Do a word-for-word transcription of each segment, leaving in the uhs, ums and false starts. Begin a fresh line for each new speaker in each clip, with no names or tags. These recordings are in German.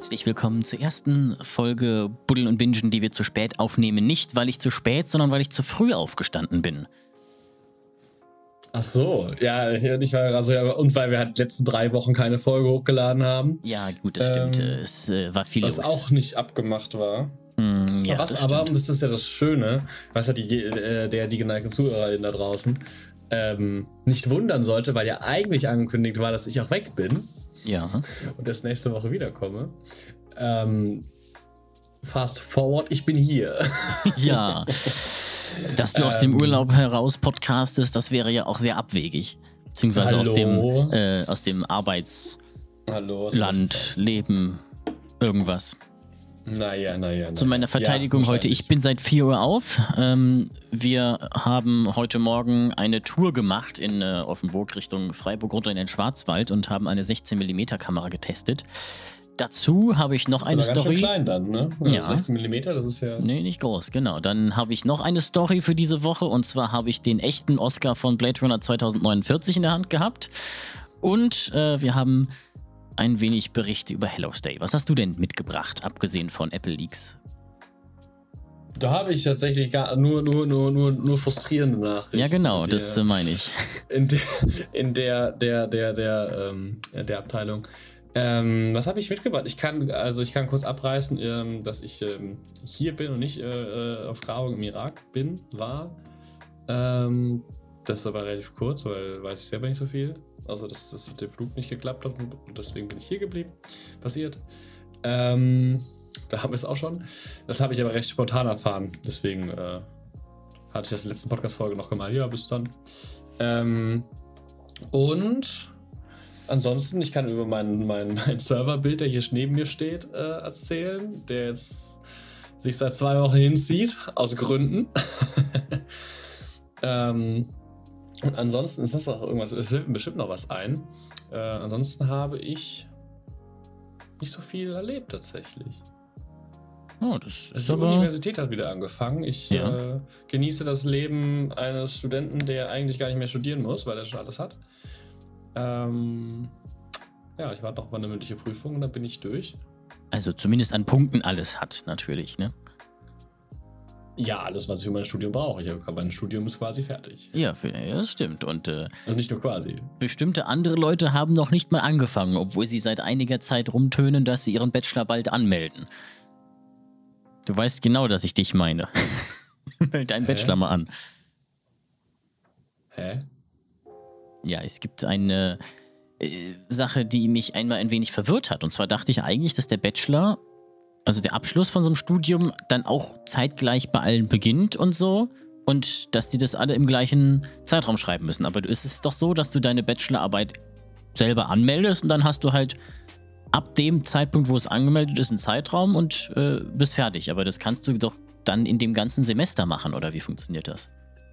Herzlich willkommen zur ersten Folge Buddeln und Bingen, die wir zu spät aufnehmen. Nicht, weil ich zu spät, sondern weil ich zu früh aufgestanden bin.
Ach so, ja, ich war also, und weil wir halt die letzten drei Wochen keine Folge hochgeladen haben.
Ja, gut, das
ähm,
stimmt. Es äh, war viel
was
los.
auch nicht abgemacht war.
Mm, ja,
was
das
aber,
stimmt.
und das ist ja das Schöne, was ja die, äh, der, die geneigten ZuhörerInnen da draußen ähm, nicht wundern sollte, weil ja eigentlich angekündigt war, dass ich auch weg bin.
Ja.
Und erst nächste Woche wiederkomme. Ähm, fast forward, ich bin hier.
Ja. Dass du aus dem
Ähm,
Urlaub heraus podcastest, das wäre ja auch sehr abwegig. Beziehungsweise aus dem,
Hallo?
äh, aus dem Arbeitsland,
Hallo, was ist das?
Leben, irgendwas.
Naja, naja.
Zu meiner Verteidigung
ja,
heute, ich bin seit vier Uhr auf. Ähm, wir haben heute Morgen eine Tour gemacht in äh, Offenburg Richtung Freiburg runter in den Schwarzwald und haben eine sechzehn Millimeter Kamera getestet. Dazu habe ich noch
das
eine
ist aber
Story.
ganz schön klein dann, ne?
Ja.
sechzehn Millimeter, das ist ja...
Nee, nicht groß, genau. Dann habe ich noch eine Story für diese Woche und zwar habe ich den echten Oscar von Blade Runner zwanzig neunundvierzig in der Hand gehabt und äh, wir haben ein wenig Berichte über Hello Stay. Was hast du denn mitgebracht, abgesehen von Apple Leaks?
Da habe ich tatsächlich gar nur, nur, nur, nur, nur frustrierende Nachrichten.
Ja, genau,
in
das
der,
äh, meine ich.
In der, in der, der, der, der, ähm, der Abteilung. Ähm, was habe ich mitgebracht? Ich kann, also ich kann kurz abreißen, ähm, dass ich ähm, hier bin und nicht äh, auf Grabung im Irak bin, war. Ähm, das ist aber relativ kurz, weil weiß ich selber nicht so viel. Also, dass das mit dem Flug nicht geklappt hat und deswegen bin ich hier geblieben. Passiert. Ähm, da haben wir es auch schon. Das habe ich aber recht spontan erfahren. Deswegen äh, hatte ich das in der letzten Podcast-Folge noch gemeint. Ja, bis dann. Ähm, und ansonsten, ich kann über mein, mein, mein Serverbild, der hier neben mir steht, äh, erzählen, der jetzt sich seit zwei Wochen hinzieht, aus Gründen. ähm, und ansonsten ist das auch irgendwas, es fällt mir bestimmt noch was ein. Äh, ansonsten habe ich nicht so viel erlebt tatsächlich.
Oh, das ist
Die
aber...
Universität hat wieder angefangen. Ich
Ja.
äh, genieße das Leben eines Studenten, der eigentlich gar nicht mehr studieren muss, weil er schon alles hat. Ähm, ja, ich warte noch auf eine mündliche Prüfung und dann bin ich durch.
Also zumindest an Punkten alles hat, natürlich, ne?
Ja, alles, was ich für mein Studium brauche. Ich habe mein Studium ist quasi fertig.
Ja, für, ja, das stimmt. Und äh,
Also nicht nur quasi.
bestimmte andere Leute haben noch nicht mal angefangen, obwohl sie seit einiger Zeit rumtönen, dass sie ihren Bachelor bald anmelden. Du weißt genau, dass ich dich meine. Meld deinen
Hä?
Bachelor mal an.
Hä?
Ja, es gibt eine äh, Sache, die mich einmal ein wenig verwirrt hat. Und zwar dachte ich eigentlich, dass der Bachelor, also der Abschluss von so einem Studium, dann auch zeitgleich bei allen beginnt und so. Und dass die das alle im gleichen Zeitraum schreiben müssen. Aber es ist doch so, dass du deine Bachelorarbeit selber anmeldest und dann hast du halt ab dem Zeitpunkt, wo es angemeldet ist, einen Zeitraum und äh, bist fertig. Aber das kannst du doch dann in dem ganzen Semester machen, oder wie funktioniert das?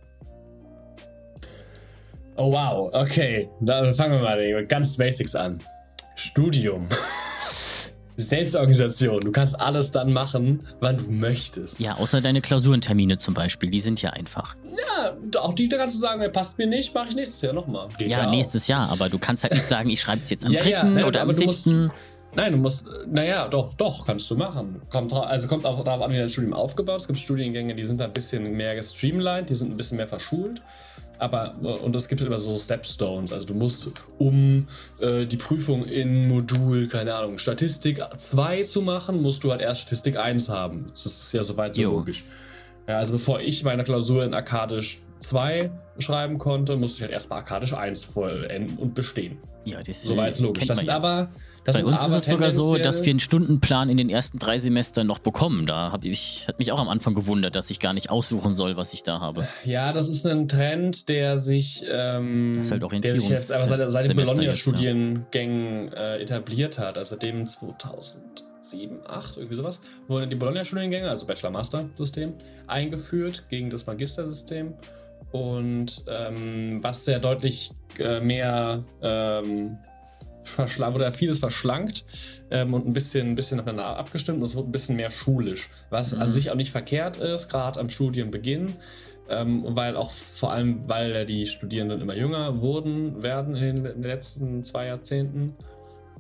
Oh wow, okay. Dann fangen wir mal mit ganz Basics an. Studium. Selbstorganisation. Du kannst alles dann machen, wann du möchtest.
Ja, außer deine Klausurentermine zum Beispiel, die sind ja einfach.
Ja, auch die da kannst du sagen, ey, passt mir nicht, mache ich nächstes Jahr nochmal. Geht
Ja,
auch.
nächstes Jahr, aber du kannst halt nicht sagen, ich schreibe es jetzt am
Ja, ja,
dritten
nein,
oder am
aber du musst-
siebten
Nein, du musst, naja, doch, doch, kannst du machen. Kommt, dra- also kommt auch darauf an, wie dein Studium aufgebaut ist. Es gibt Studiengänge, die sind ein bisschen mehr gestreamlined, die sind ein bisschen mehr verschult. Aber, und es gibt immer so Stepstones. Also du musst, um äh, die Prüfung in Modul, keine Ahnung, Statistik zwei zu machen, musst du halt erst Statistik eins haben. Das ist ja soweit so
Jo.
logisch. Ja, also bevor ich meine Klausur in Akkadisch zwei schreiben konnte, musste ich halt erstmal Akkadisch eins vollenden und bestehen.
Ja, das
Soweit ist logisch.
kennt
Das
man
sind
ja.
aber... Das
Bei
sind
uns ist
aber
es sogar so,
tendenziell-
dass wir einen Stundenplan in den ersten drei Semestern noch bekommen. Da hab ich, hat mich auch am Anfang gewundert, dass ich gar nicht aussuchen soll, was ich da habe.
Ja, das ist ein Trend, der sich, ähm,
Das ist halt
der sich jetzt aber seit, seit den
Semester
Bologna-Studiengängen äh, etabliert hat. Also seitdem zweitausendsieben, acht, irgendwie sowas, wurden die Bologna-Studiengänge, also Bachelor-Master-System, eingeführt gegen das Magistersystem. Und ähm, was sehr deutlich äh, mehr ähm, verschlankt, oder vieles verschlankt ähm, und ein bisschen, ein bisschen aufeinander abgestimmt und es wird ein bisschen mehr schulisch, was
Mhm.
an sich auch nicht verkehrt ist, gerade am Studienbeginn, ähm, weil auch vor allem, weil die Studierenden immer jünger wurden, werden in den letzten zwei Jahrzehnten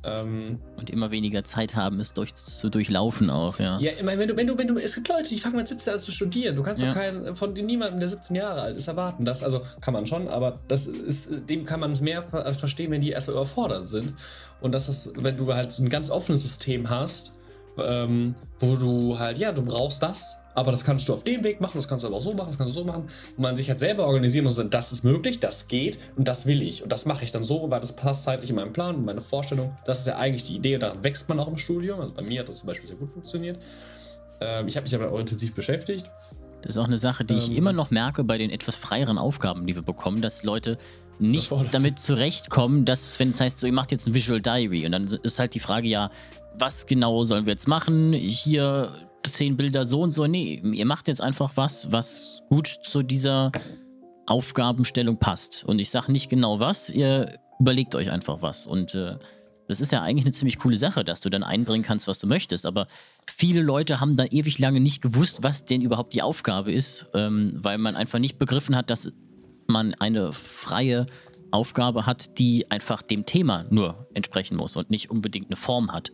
Ähm,
und immer weniger Zeit haben, es durch, zu durchlaufen auch, ja.
Ja, ich meine, wenn du, wenn du, wenn du, es gibt Leute, die fangen mit siebzehn an zu studieren. Du kannst
ja.
doch keinen, von niemandem, der siebzehn Jahre alt ist, erwarten. Das, also kann man schon, aber das ist, dem kann man es mehr ver verstehen, wenn die erstmal überfordert sind. Und das ist, wenn du halt so ein ganz offenes System hast, ähm, wo du halt, ja, du brauchst das, aber das kannst du auf dem Weg machen, das kannst du aber auch so machen, das kannst du so machen. Und man sich halt selber organisieren muss, das ist möglich, das geht und das will ich. Und das mache ich dann so, weil das passt zeitlich in meinen Plan, in meine Vorstellung. Das ist ja eigentlich die Idee und daran wächst man auch im Studium. Also bei mir hat das zum Beispiel sehr gut funktioniert. Ähm, ich habe mich aber auch intensiv beschäftigt.
Das ist auch eine Sache, die ähm, ich immer noch merke bei den etwas freieren Aufgaben, die wir bekommen, dass Leute nicht damit zurechtkommen, dass, wenn es heißt, so, ihr macht jetzt ein Visual Diary und dann ist halt die Frage, ja, was genau sollen wir jetzt machen? Hier zehn Bilder so und so. Nee, ihr macht jetzt einfach was, was gut zu dieser Aufgabenstellung passt. Und ich sage nicht genau was, ihr überlegt euch einfach was. Und äh, das ist ja eigentlich eine ziemlich coole Sache, dass du dann einbringen kannst, was du möchtest. Aber viele Leute haben da ewig lange nicht gewusst, was denn überhaupt die Aufgabe ist, ähm, weil man einfach nicht begriffen hat, dass man eine freie Aufgabe hat, die einfach dem Thema nur entsprechen muss und nicht unbedingt eine Form hat.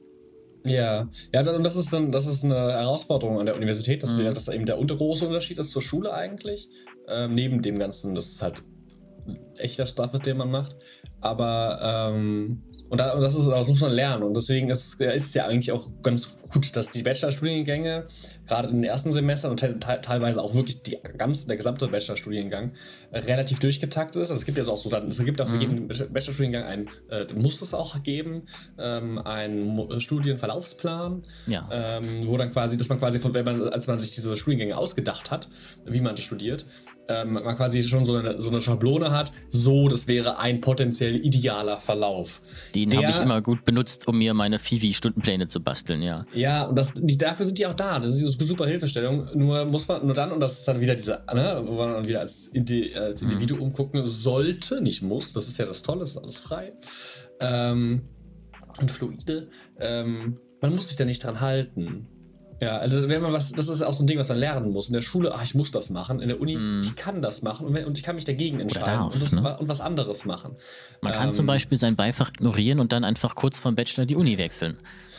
Ja, ja, und das ist dann, das ist eine Herausforderung an der Universität, dass, mhm. wir, dass eben der große Unterschied ist zur Schule eigentlich. Ähm, neben dem Ganzen, das ist halt echter Stuff, den man macht. Aber ähm, und, da, und das, ist, das muss man lernen. Und deswegen ist, ist es ja eigentlich auch ganz gut, dass die Bachelorstudiengänge, gerade in den ersten Semestern und te teilweise auch wirklich die ganz, der gesamte Bachelorstudiengang, äh, relativ durchgetaktet ist. Also es gibt ja so auch so, dann, es gibt auch für jeden Bachelorstudiengang einen, äh, muss es auch geben, ähm, einen Studienverlaufsplan,
ja.
ähm, wo dann quasi, dass man quasi, von, wenn man, als man sich diese Studiengänge ausgedacht hat, wie man die studiert, ähm, man quasi schon so eine, so eine Schablone hat, so, das wäre ein potenziell idealer Verlauf.
Den habe ich immer gut benutzt, um mir meine Fivi-Stundenpläne zu basteln, ja.
Ja, und das, die, dafür sind die auch da. Das ist eine super Hilfestellung. Nur muss man, nur dann, und das ist dann wieder diese, ne, wo man dann wieder als, Indi, als Individuum mhm. gucken sollte, nicht muss, das ist ja das Tolle, das ist alles frei. Ähm, und fluide. Ähm, man muss sich da nicht dran halten. Ja, also wenn man was, das ist auch so ein Ding, was man lernen muss. In der Schule, ach, ich muss das machen. In der Uni, mm. ich kann das machen und, und ich kann mich dagegen entscheiden
darf,
und, das,
ne?
und was anderes machen.
Man kann
ähm,
zum Beispiel sein Beifach ignorieren und dann einfach kurz vorm Bachelor die Uni wechseln.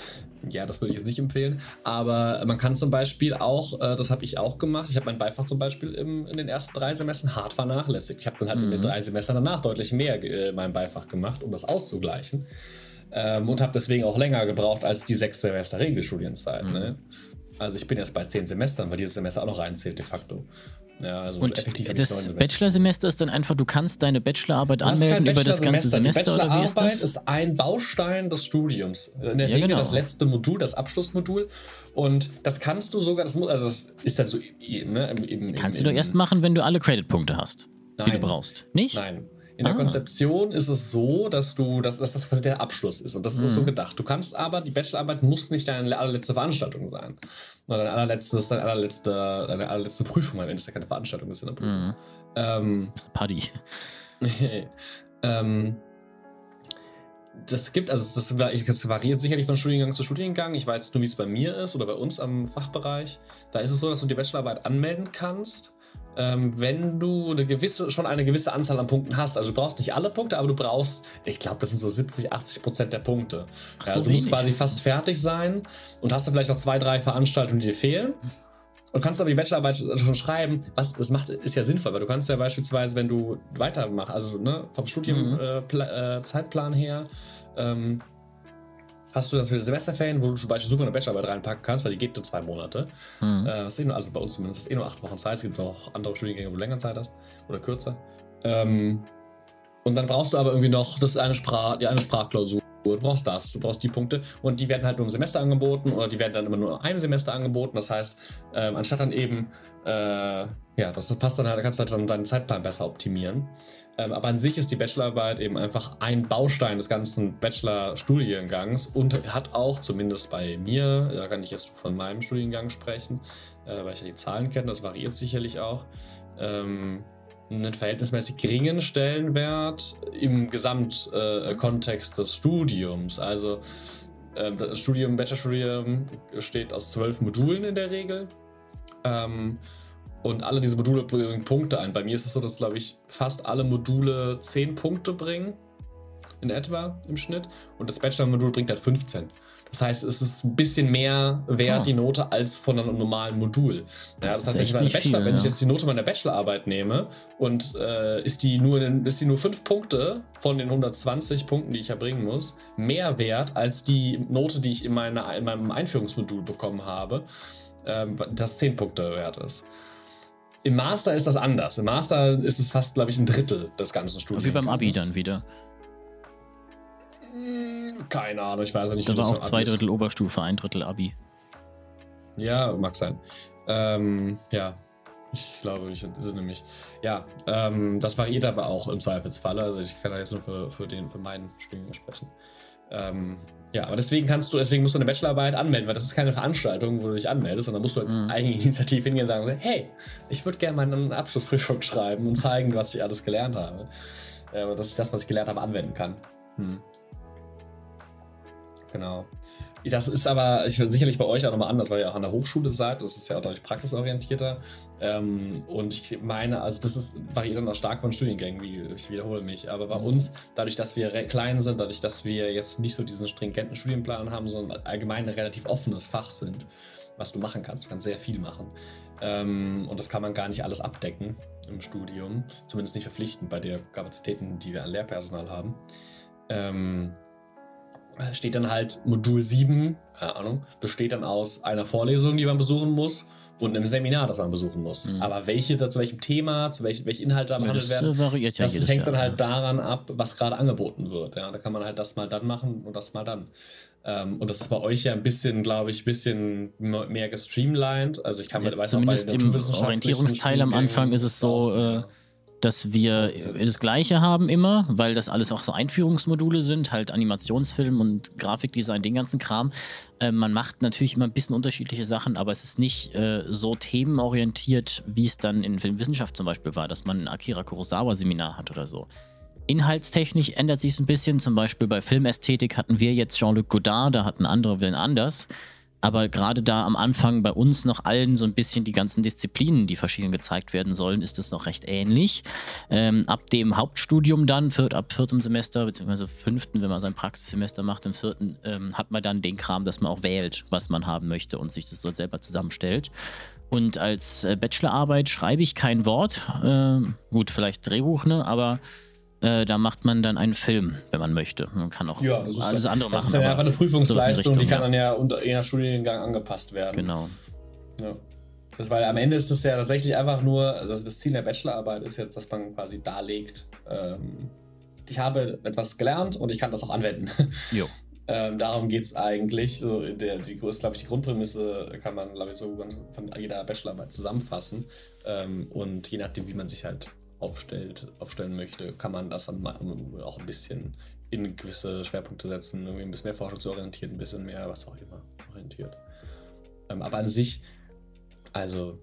Ja, das würde ich jetzt nicht empfehlen. Aber man kann zum Beispiel auch, äh, das habe ich auch gemacht, ich habe mein Beifach zum Beispiel im, in den ersten drei Semestern hart vernachlässigt. Ich habe dann halt mm. in den drei Semestern danach deutlich mehr äh, mein Beifach gemacht, um das auszugleichen. Ähm, und habe deswegen auch länger gebraucht als die sechs Semester Regelstudienzeit. Mm. Ne? Also ich bin erst bei zehn Semestern, weil dieses Semester auch noch reinzählt de facto. Ja, also
und effektiv das Bachelorsemester ist dann einfach, du kannst deine Bachelorarbeit anmelden über das ganze Semester,
die
oder wie ist das?
ist ein Baustein des Studiums. In der
ja,
Regel
genau.
das letzte Modul, das Abschlussmodul. Und das kannst du sogar, das, also das ist dann so... Ne, im, im,
kannst
im,
du doch erst machen, wenn du alle Creditpunkte hast,
nein,
die du brauchst. Nicht?
Nein. In der ah. Konzeption ist es so, dass du, dass, dass das quasi der Abschluss ist und das ist mhm. so gedacht. Du kannst aber, die Bachelorarbeit muss nicht deine allerletzte Veranstaltung sein. Oder deine allerletzte, das ist deine allerletzte, deine allerletzte Prüfung, weil wenn es ja keine Veranstaltung ist in der Prüfung.
Mhm.
Ähm,
das ist Party.
ähm, das gibt, also das, das variiert sicherlich von Studiengang zu Studiengang. Ich weiß nur, wie es bei mir ist oder bei uns am Fachbereich. Da ist es so, dass du die Bachelorarbeit anmelden kannst. Ähm, wenn du eine gewisse, schon eine gewisse Anzahl an Punkten hast. Also du brauchst nicht alle Punkte, aber du brauchst, ich glaube, das sind so siebzig, achtzig Prozent der Punkte. Ach, ja, also so du musst quasi fast fertig sein und hast dann vielleicht noch zwei, drei Veranstaltungen, die dir fehlen. Und kannst aber die Bachelorarbeit schon schreiben. Was das macht, ist ja sinnvoll, weil du kannst ja beispielsweise, wenn du weitermachst, also ne, vom Studium mhm. äh, äh, Zeitplan her, ähm, hast du dann für die Semesterferien, wo du zum Beispiel super eine Bachelorarbeit reinpacken kannst, weil die geht nur zwei Monate. Mhm. Äh, das ist eh nur, also bei uns zumindest ist eh nur acht Wochen Zeit. Es gibt auch andere Studiengänge, wo du länger Zeit hast oder kürzer. Ähm, und dann brauchst du aber irgendwie noch, das ist eine Sprach, die eine Sprachklausur. Du brauchst das, du brauchst die Punkte und die werden halt nur im Semester angeboten oder die werden dann immer nur einem Semester angeboten. Das heißt, ähm, anstatt dann eben, äh, ja, das passt dann halt, kannst du halt dann deinen Zeitplan besser optimieren. Ähm, aber an sich ist die Bachelorarbeit eben einfach ein Baustein des ganzen Bachelor-Studiengangs und hat auch, zumindest bei mir, da kann ich jetzt von meinem Studiengang sprechen, äh, weil ich ja die Zahlen kenne, das variiert sicherlich auch, ähm, einen verhältnismäßig geringen Stellenwert im Gesamtkontext äh, des Studiums. Also äh, das Studium, Bachelorstudium besteht aus zwölf Modulen in der Regel. Ähm, und alle diese Module bringen Punkte ein. Bei mir ist es so, dass, glaube ich, fast alle Module zehn Punkte bringen. in etwa im Schnitt und das Bachelor-Modul bringt halt fünfzehn. Das heißt, es ist ein bisschen mehr wert, oh. die Note, als von einem normalen Modul. Ja, das, das heißt, wenn ich, meine Bachelor, viel, wenn ja. ich jetzt die Note meiner Bachelorarbeit nehme und äh, ist, die nur in, ist die nur fünf Punkte von den hundertzwanzig Punkten, die ich erbringen muss, mehr wert als die Note, die ich in, meiner, in meinem Einführungsmodul bekommen habe, äh, das zehn Punkte wert ist. Im Master ist das anders. Im Master ist es fast, glaube ich, ein Drittel des ganzen Studiengangs.
Wie beim Abi dann wieder.
Keine Ahnung, ich weiß ja nicht.
Da war auch zwei Drittel Oberstufe, ein Drittel Abi.
Ja, mag sein. Ähm, ja, ich glaube, ich sind nämlich. Ja, ähm, das variiert aber auch im Zweifelsfalle. Also ich kann da jetzt nur für, für, den, für meinen Studiengang sprechen. Ähm, ja, aber deswegen kannst du, deswegen musst du eine Bachelorarbeit anmelden, weil das ist keine Veranstaltung, wo du dich anmeldest, sondern musst du halt mhm. Eigeninitiativ hingehen und sagen, hey, ich würde gerne meine Abschlussprüfung schreiben und zeigen, was ich alles gelernt habe. Äh, dass ich das, was ich gelernt habe, anwenden kann. Hm. Genau. Das ist aber ich, sicherlich bei euch auch nochmal anders, weil ihr auch an der Hochschule seid. Das ist ja auch deutlich praxisorientierter. Ähm, und ich meine, also das ist, variiert dann auch stark von Studiengängen, wie ich wiederhole mich. Aber bei uns, dadurch, dass wir re- klein sind, dadurch, dass wir jetzt nicht so diesen stringenten Studienplan haben, sondern allgemein ein relativ offenes Fach sind, was du machen kannst. Du kannst sehr viel machen. Ähm, und das kann man gar nicht alles abdecken im Studium. Zumindest nicht verpflichtend bei den Kapazitäten, die wir an Lehrpersonal haben. Ähm, steht dann halt Modul sieben, keine Ahnung, besteht dann aus einer Vorlesung, die man besuchen muss und einem Seminar, das man besuchen muss. Mhm. Aber welche, zu welchem Thema, zu welchen, welche Inhalte da behandelt ja, das werden, variiert ja das hängt dann Jahr, halt ja. daran ab, was gerade angeboten wird. Ja, da kann man halt das mal dann machen und das mal dann. Ähm, und das ist bei euch ja ein bisschen, glaube ich, ein bisschen mehr gestreamlined. Also ich kann mir, weiß
zumindest auch bei im Orientierungsteil am Anfang ist es so, auch, äh, dass wir das Gleiche haben immer, weil das alles auch so Einführungsmodule sind, halt Animationsfilm und Grafikdesign, den ganzen Kram. Äh, man macht natürlich immer ein bisschen unterschiedliche Sachen, aber es ist nicht äh, so themenorientiert, wie es dann in Filmwissenschaft zum Beispiel war, dass man ein Akira Kurosawa-Seminar hat oder so. Inhaltstechnisch ändert sich es ein bisschen, zum Beispiel bei Filmästhetik hatten wir jetzt Jean-Luc Godard, da hatten andere Willen anders. Aber gerade da am Anfang bei uns noch allen so ein bisschen die ganzen Disziplinen, die verschieden gezeigt werden sollen, ist es noch recht ähnlich. Ähm, ab dem Hauptstudium dann, viert, ab viertem Semester, beziehungsweise fünften, wenn man sein Praxissemester macht, im vierten, ähm, hat man dann den Kram, dass man auch wählt, was man haben möchte und sich das so selber zusammenstellt. Und als äh, Bachelorarbeit schreibe ich kein Wort. Äh, gut, vielleicht Drehbuch, ne, aber Äh, da macht man dann einen Film, wenn man möchte. Man kann auch
ja, das
alles
dann,
andere
das
machen.
Das ist dann einfach eine Prüfungsleistung,
Richtung,
die kann dann ja unter je nach Studiengang angepasst werden.
Genau.
Ja. Das, weil am Ende ist das ja tatsächlich einfach nur, also das Ziel der Bachelorarbeit ist jetzt, dass man quasi darlegt, ähm, ich habe etwas gelernt und ich kann das auch anwenden. Jo. ähm, darum geht es eigentlich. So der, die ist, glaube ich, die Grundprämisse kann man, glaube ich, so von jeder Bachelorarbeit zusammenfassen. Ähm, und je nachdem, wie man sich halt Aufstellt, aufstellen möchte, kann man das dann auch ein bisschen in gewisse Schwerpunkte setzen, irgendwie ein bisschen mehr forschungsorientiert, ein bisschen mehr was auch immer orientiert. Ähm, aber an sich, also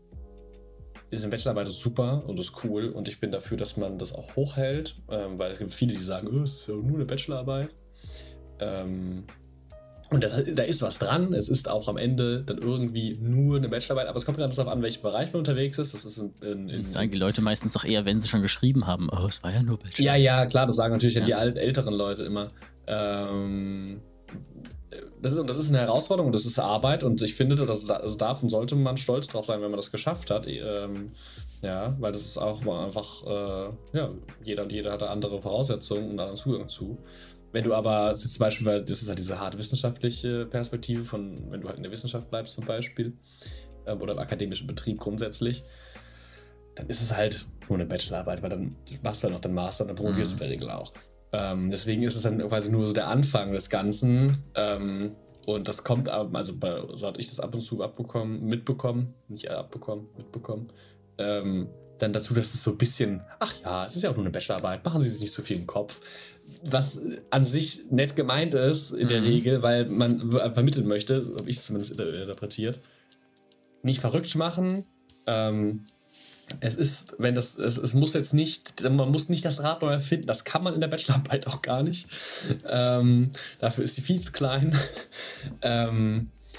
diese Bachelorarbeit ist super und ist cool und ich bin dafür, dass man das auch hochhält, ähm, weil es gibt viele, die sagen, oh, es ist ja nur eine Bachelorarbeit. Ähm, Und da, da ist was dran. Es ist auch am Ende dann irgendwie nur eine Bachelorarbeit, aber es kommt ganz darauf an, welchen Bereich man unterwegs ist. Das ist in, in, in
das sagen die Leute meistens doch eher, wenn sie schon geschrieben haben. Oh, es war ja nur Bachelor.
Ja, ja, klar, das sagen natürlich ja. die alt, älteren Leute immer. Ähm, das, ist, das ist eine Herausforderung und das ist Arbeit und ich finde, das, das darf und sollte man stolz drauf sein, wenn man das geschafft hat. Ähm, ja, weil das ist auch einfach, äh, ja, jeder und jeder hat da andere Voraussetzungen und anderen Zugang zu. Wenn du aber, das ist zum Beispiel, weil das ist halt diese hart wissenschaftliche Perspektive von, wenn du halt in der Wissenschaft bleibst zum Beispiel, ähm, oder im akademischen Betrieb grundsätzlich, dann ist es halt nur eine Bachelorarbeit, weil dann machst du ja noch den Master und dann promovierst mhm. du in der Regel auch. Ähm, deswegen ist es dann quasi nur so der Anfang des Ganzen ähm, und das kommt, also bei, so hatte ich das ab und zu abbekommen, mitbekommen, nicht abbekommen, mitbekommen, ähm, dann dazu, dass es so ein bisschen, ach ja, es ist ja auch nur eine Bachelorarbeit, machen Sie sich nicht so viel im Kopf. Was an sich nett gemeint ist, in der mhm. Regel, weil man vermitteln möchte, habe ich zumindest interpretiert, nicht verrückt machen. Ähm, es ist, wenn das, es, es muss jetzt nicht, man muss nicht das Rad neu erfinden, das kann man in der Bachelorarbeit auch gar nicht. Ähm, dafür ist die viel zu klein. ähm,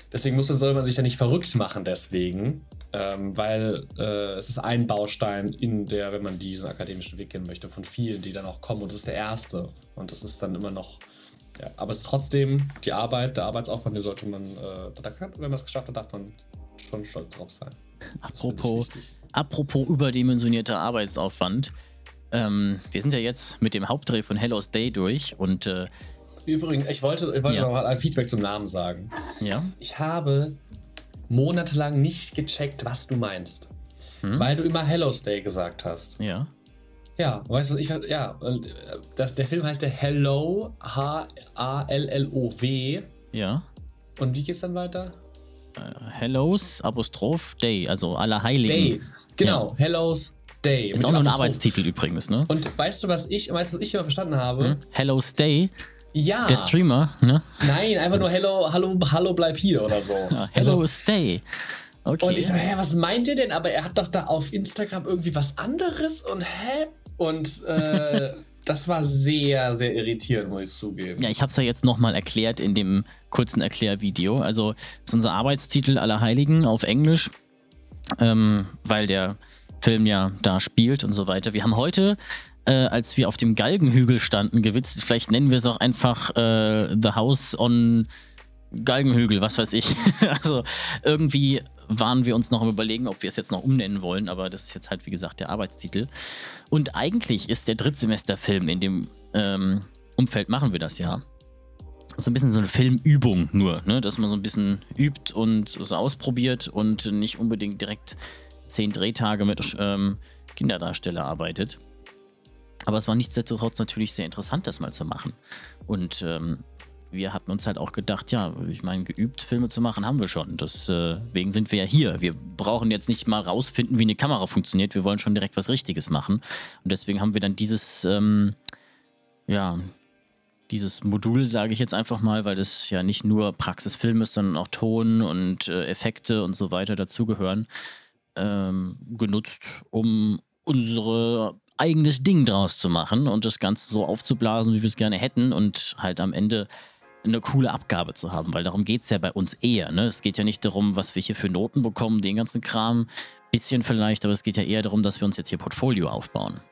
deswegen muss, soll man sich da nicht verrückt machen deswegen, ähm, weil äh, es ist ein Baustein in der, wenn man diesen akademischen Weg gehen möchte, von vielen, die dann auch kommen und das ist der erste und das ist dann immer noch, ja, aber es ist trotzdem die Arbeit, der Arbeitsaufwand, den sollte man, äh, da kann, wenn man es geschafft hat, darf man schon stolz drauf sein.
Apropos, apropos überdimensionierter Arbeitsaufwand, ähm, wir sind ja jetzt mit dem Hauptdreh von Hello's Day durch und äh,
übrigens, ich wollte, ich wollte
ja.
noch ein Feedback zum Namen sagen.
Ja.
Ich habe monatelang nicht gecheckt, was du meinst. Hm? Weil du immer Hello's Day gesagt hast.
Ja.
Ja, weißt du, was ich, ja, und das, der Film heißt der Hello, H A L L O W.
Ja.
Und wie geht's dann weiter?
Uh, Hello's Apostroph Day, also Allerheiligen.
Day, genau, ja. Hello's Day.
Ist auch noch ein Arbeitstitel übrigens, ne?
Und weißt du, was ich, weißt du, was ich immer verstanden habe?
Hm? Hello's Day.
Ja.
Der Streamer, ne?
Nein, einfach nur Hello, Hallo, Hallo, bleib hier oder so.
Ja, Hello, also, stay. Okay.
Und ich so, hä, was meint ihr denn? Aber er hat doch da auf Instagram irgendwie was anderes und hä? Und äh, das war sehr, sehr irritierend, muss ich zugeben.
Ja, ich habe es ja jetzt nochmal erklärt in dem kurzen Erklärvideo. Also, das ist unser Arbeitstitel Allerheiligen auf Englisch, ähm, weil der Film ja da spielt und so weiter. Wir haben heute, äh, als wir auf dem Galgenhügel standen, gewitzt, vielleicht nennen wir es auch einfach äh, The House on Galgenhügel, was weiß ich. Also irgendwie waren wir uns noch am Überlegen, ob wir es jetzt noch umnennen wollen, aber das ist jetzt halt, wie gesagt, der Arbeitstitel. Und eigentlich ist der Drittsemesterfilm in dem ähm, Umfeld, machen wir das ja. So ein bisschen so eine Filmübung nur, ne? Dass man so ein bisschen übt und es ausprobiert und nicht unbedingt direkt zehn Drehtage mit ähm, Kinderdarsteller arbeitet. Aber es war nichtsdestotrotz natürlich sehr interessant, das mal zu machen. Und ähm, wir hatten uns halt auch gedacht, ja, ich meine, geübt Filme zu machen haben wir schon. Deswegen sind wir ja hier. Wir brauchen jetzt nicht mal rausfinden, wie eine Kamera funktioniert. Wir wollen schon direkt was Richtiges machen. Und deswegen haben wir dann dieses, ähm, ja, dieses Modul, sage ich jetzt einfach mal, weil das ja nicht nur Praxisfilm ist, sondern auch Ton und äh, Effekte und so weiter dazugehören, ähm, genutzt, um unsere eigenes Ding draus zu machen und das Ganze so aufzublasen, wie wir es gerne hätten und halt am Ende eine coole Abgabe zu haben, weil darum geht es ja bei uns eher. Ne? Es geht ja nicht darum, was wir hier für Noten bekommen, den ganzen Kram, bisschen vielleicht, aber es geht ja eher darum, dass wir uns jetzt hier Portfolio aufbauen.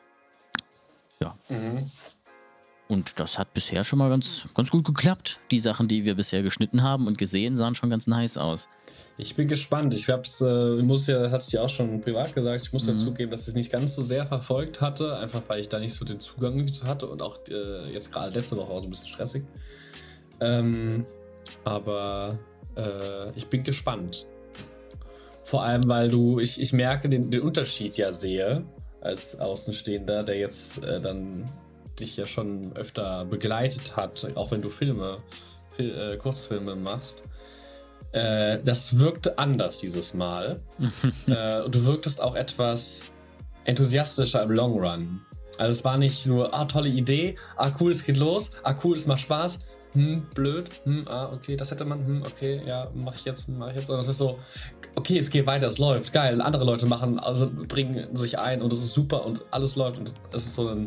Ja. Mhm. Und das hat bisher schon mal ganz, ganz gut geklappt. Die Sachen, die wir bisher geschnitten haben und gesehen, sahen schon ganz nice aus.
Ich bin gespannt. Ich hab's, äh, muss ja, hatte ich dir auch schon privat gesagt, ich muss mhm. ja zugeben, dass ich es nicht ganz so sehr verfolgt hatte, einfach weil ich da nicht so den Zugang zu hatte und auch äh, jetzt gerade letzte Woche auch so ein bisschen stressig. Ähm, aber äh, ich bin gespannt. Vor allem, weil du, ich, ich merke den, den Unterschied ja sehe, als Außenstehender, der jetzt äh, dann dich ja schon öfter begleitet hat, auch wenn du Filme, Fil- äh, Kurzfilme machst. Äh, das wirkte anders dieses Mal. äh, und du wirktest auch etwas enthusiastischer im Long Run. Also es war nicht nur, ah, tolle Idee, ah, cool, es geht los, ah, cool, es macht Spaß, hm, blöd, hm, ah, okay, das hätte man, hm, okay, ja, mach ich jetzt, mach ich jetzt. Und es ist so, okay, es geht weiter, es läuft, geil, andere Leute machen, also bringen sich ein und es ist super und alles läuft und es ist so ein,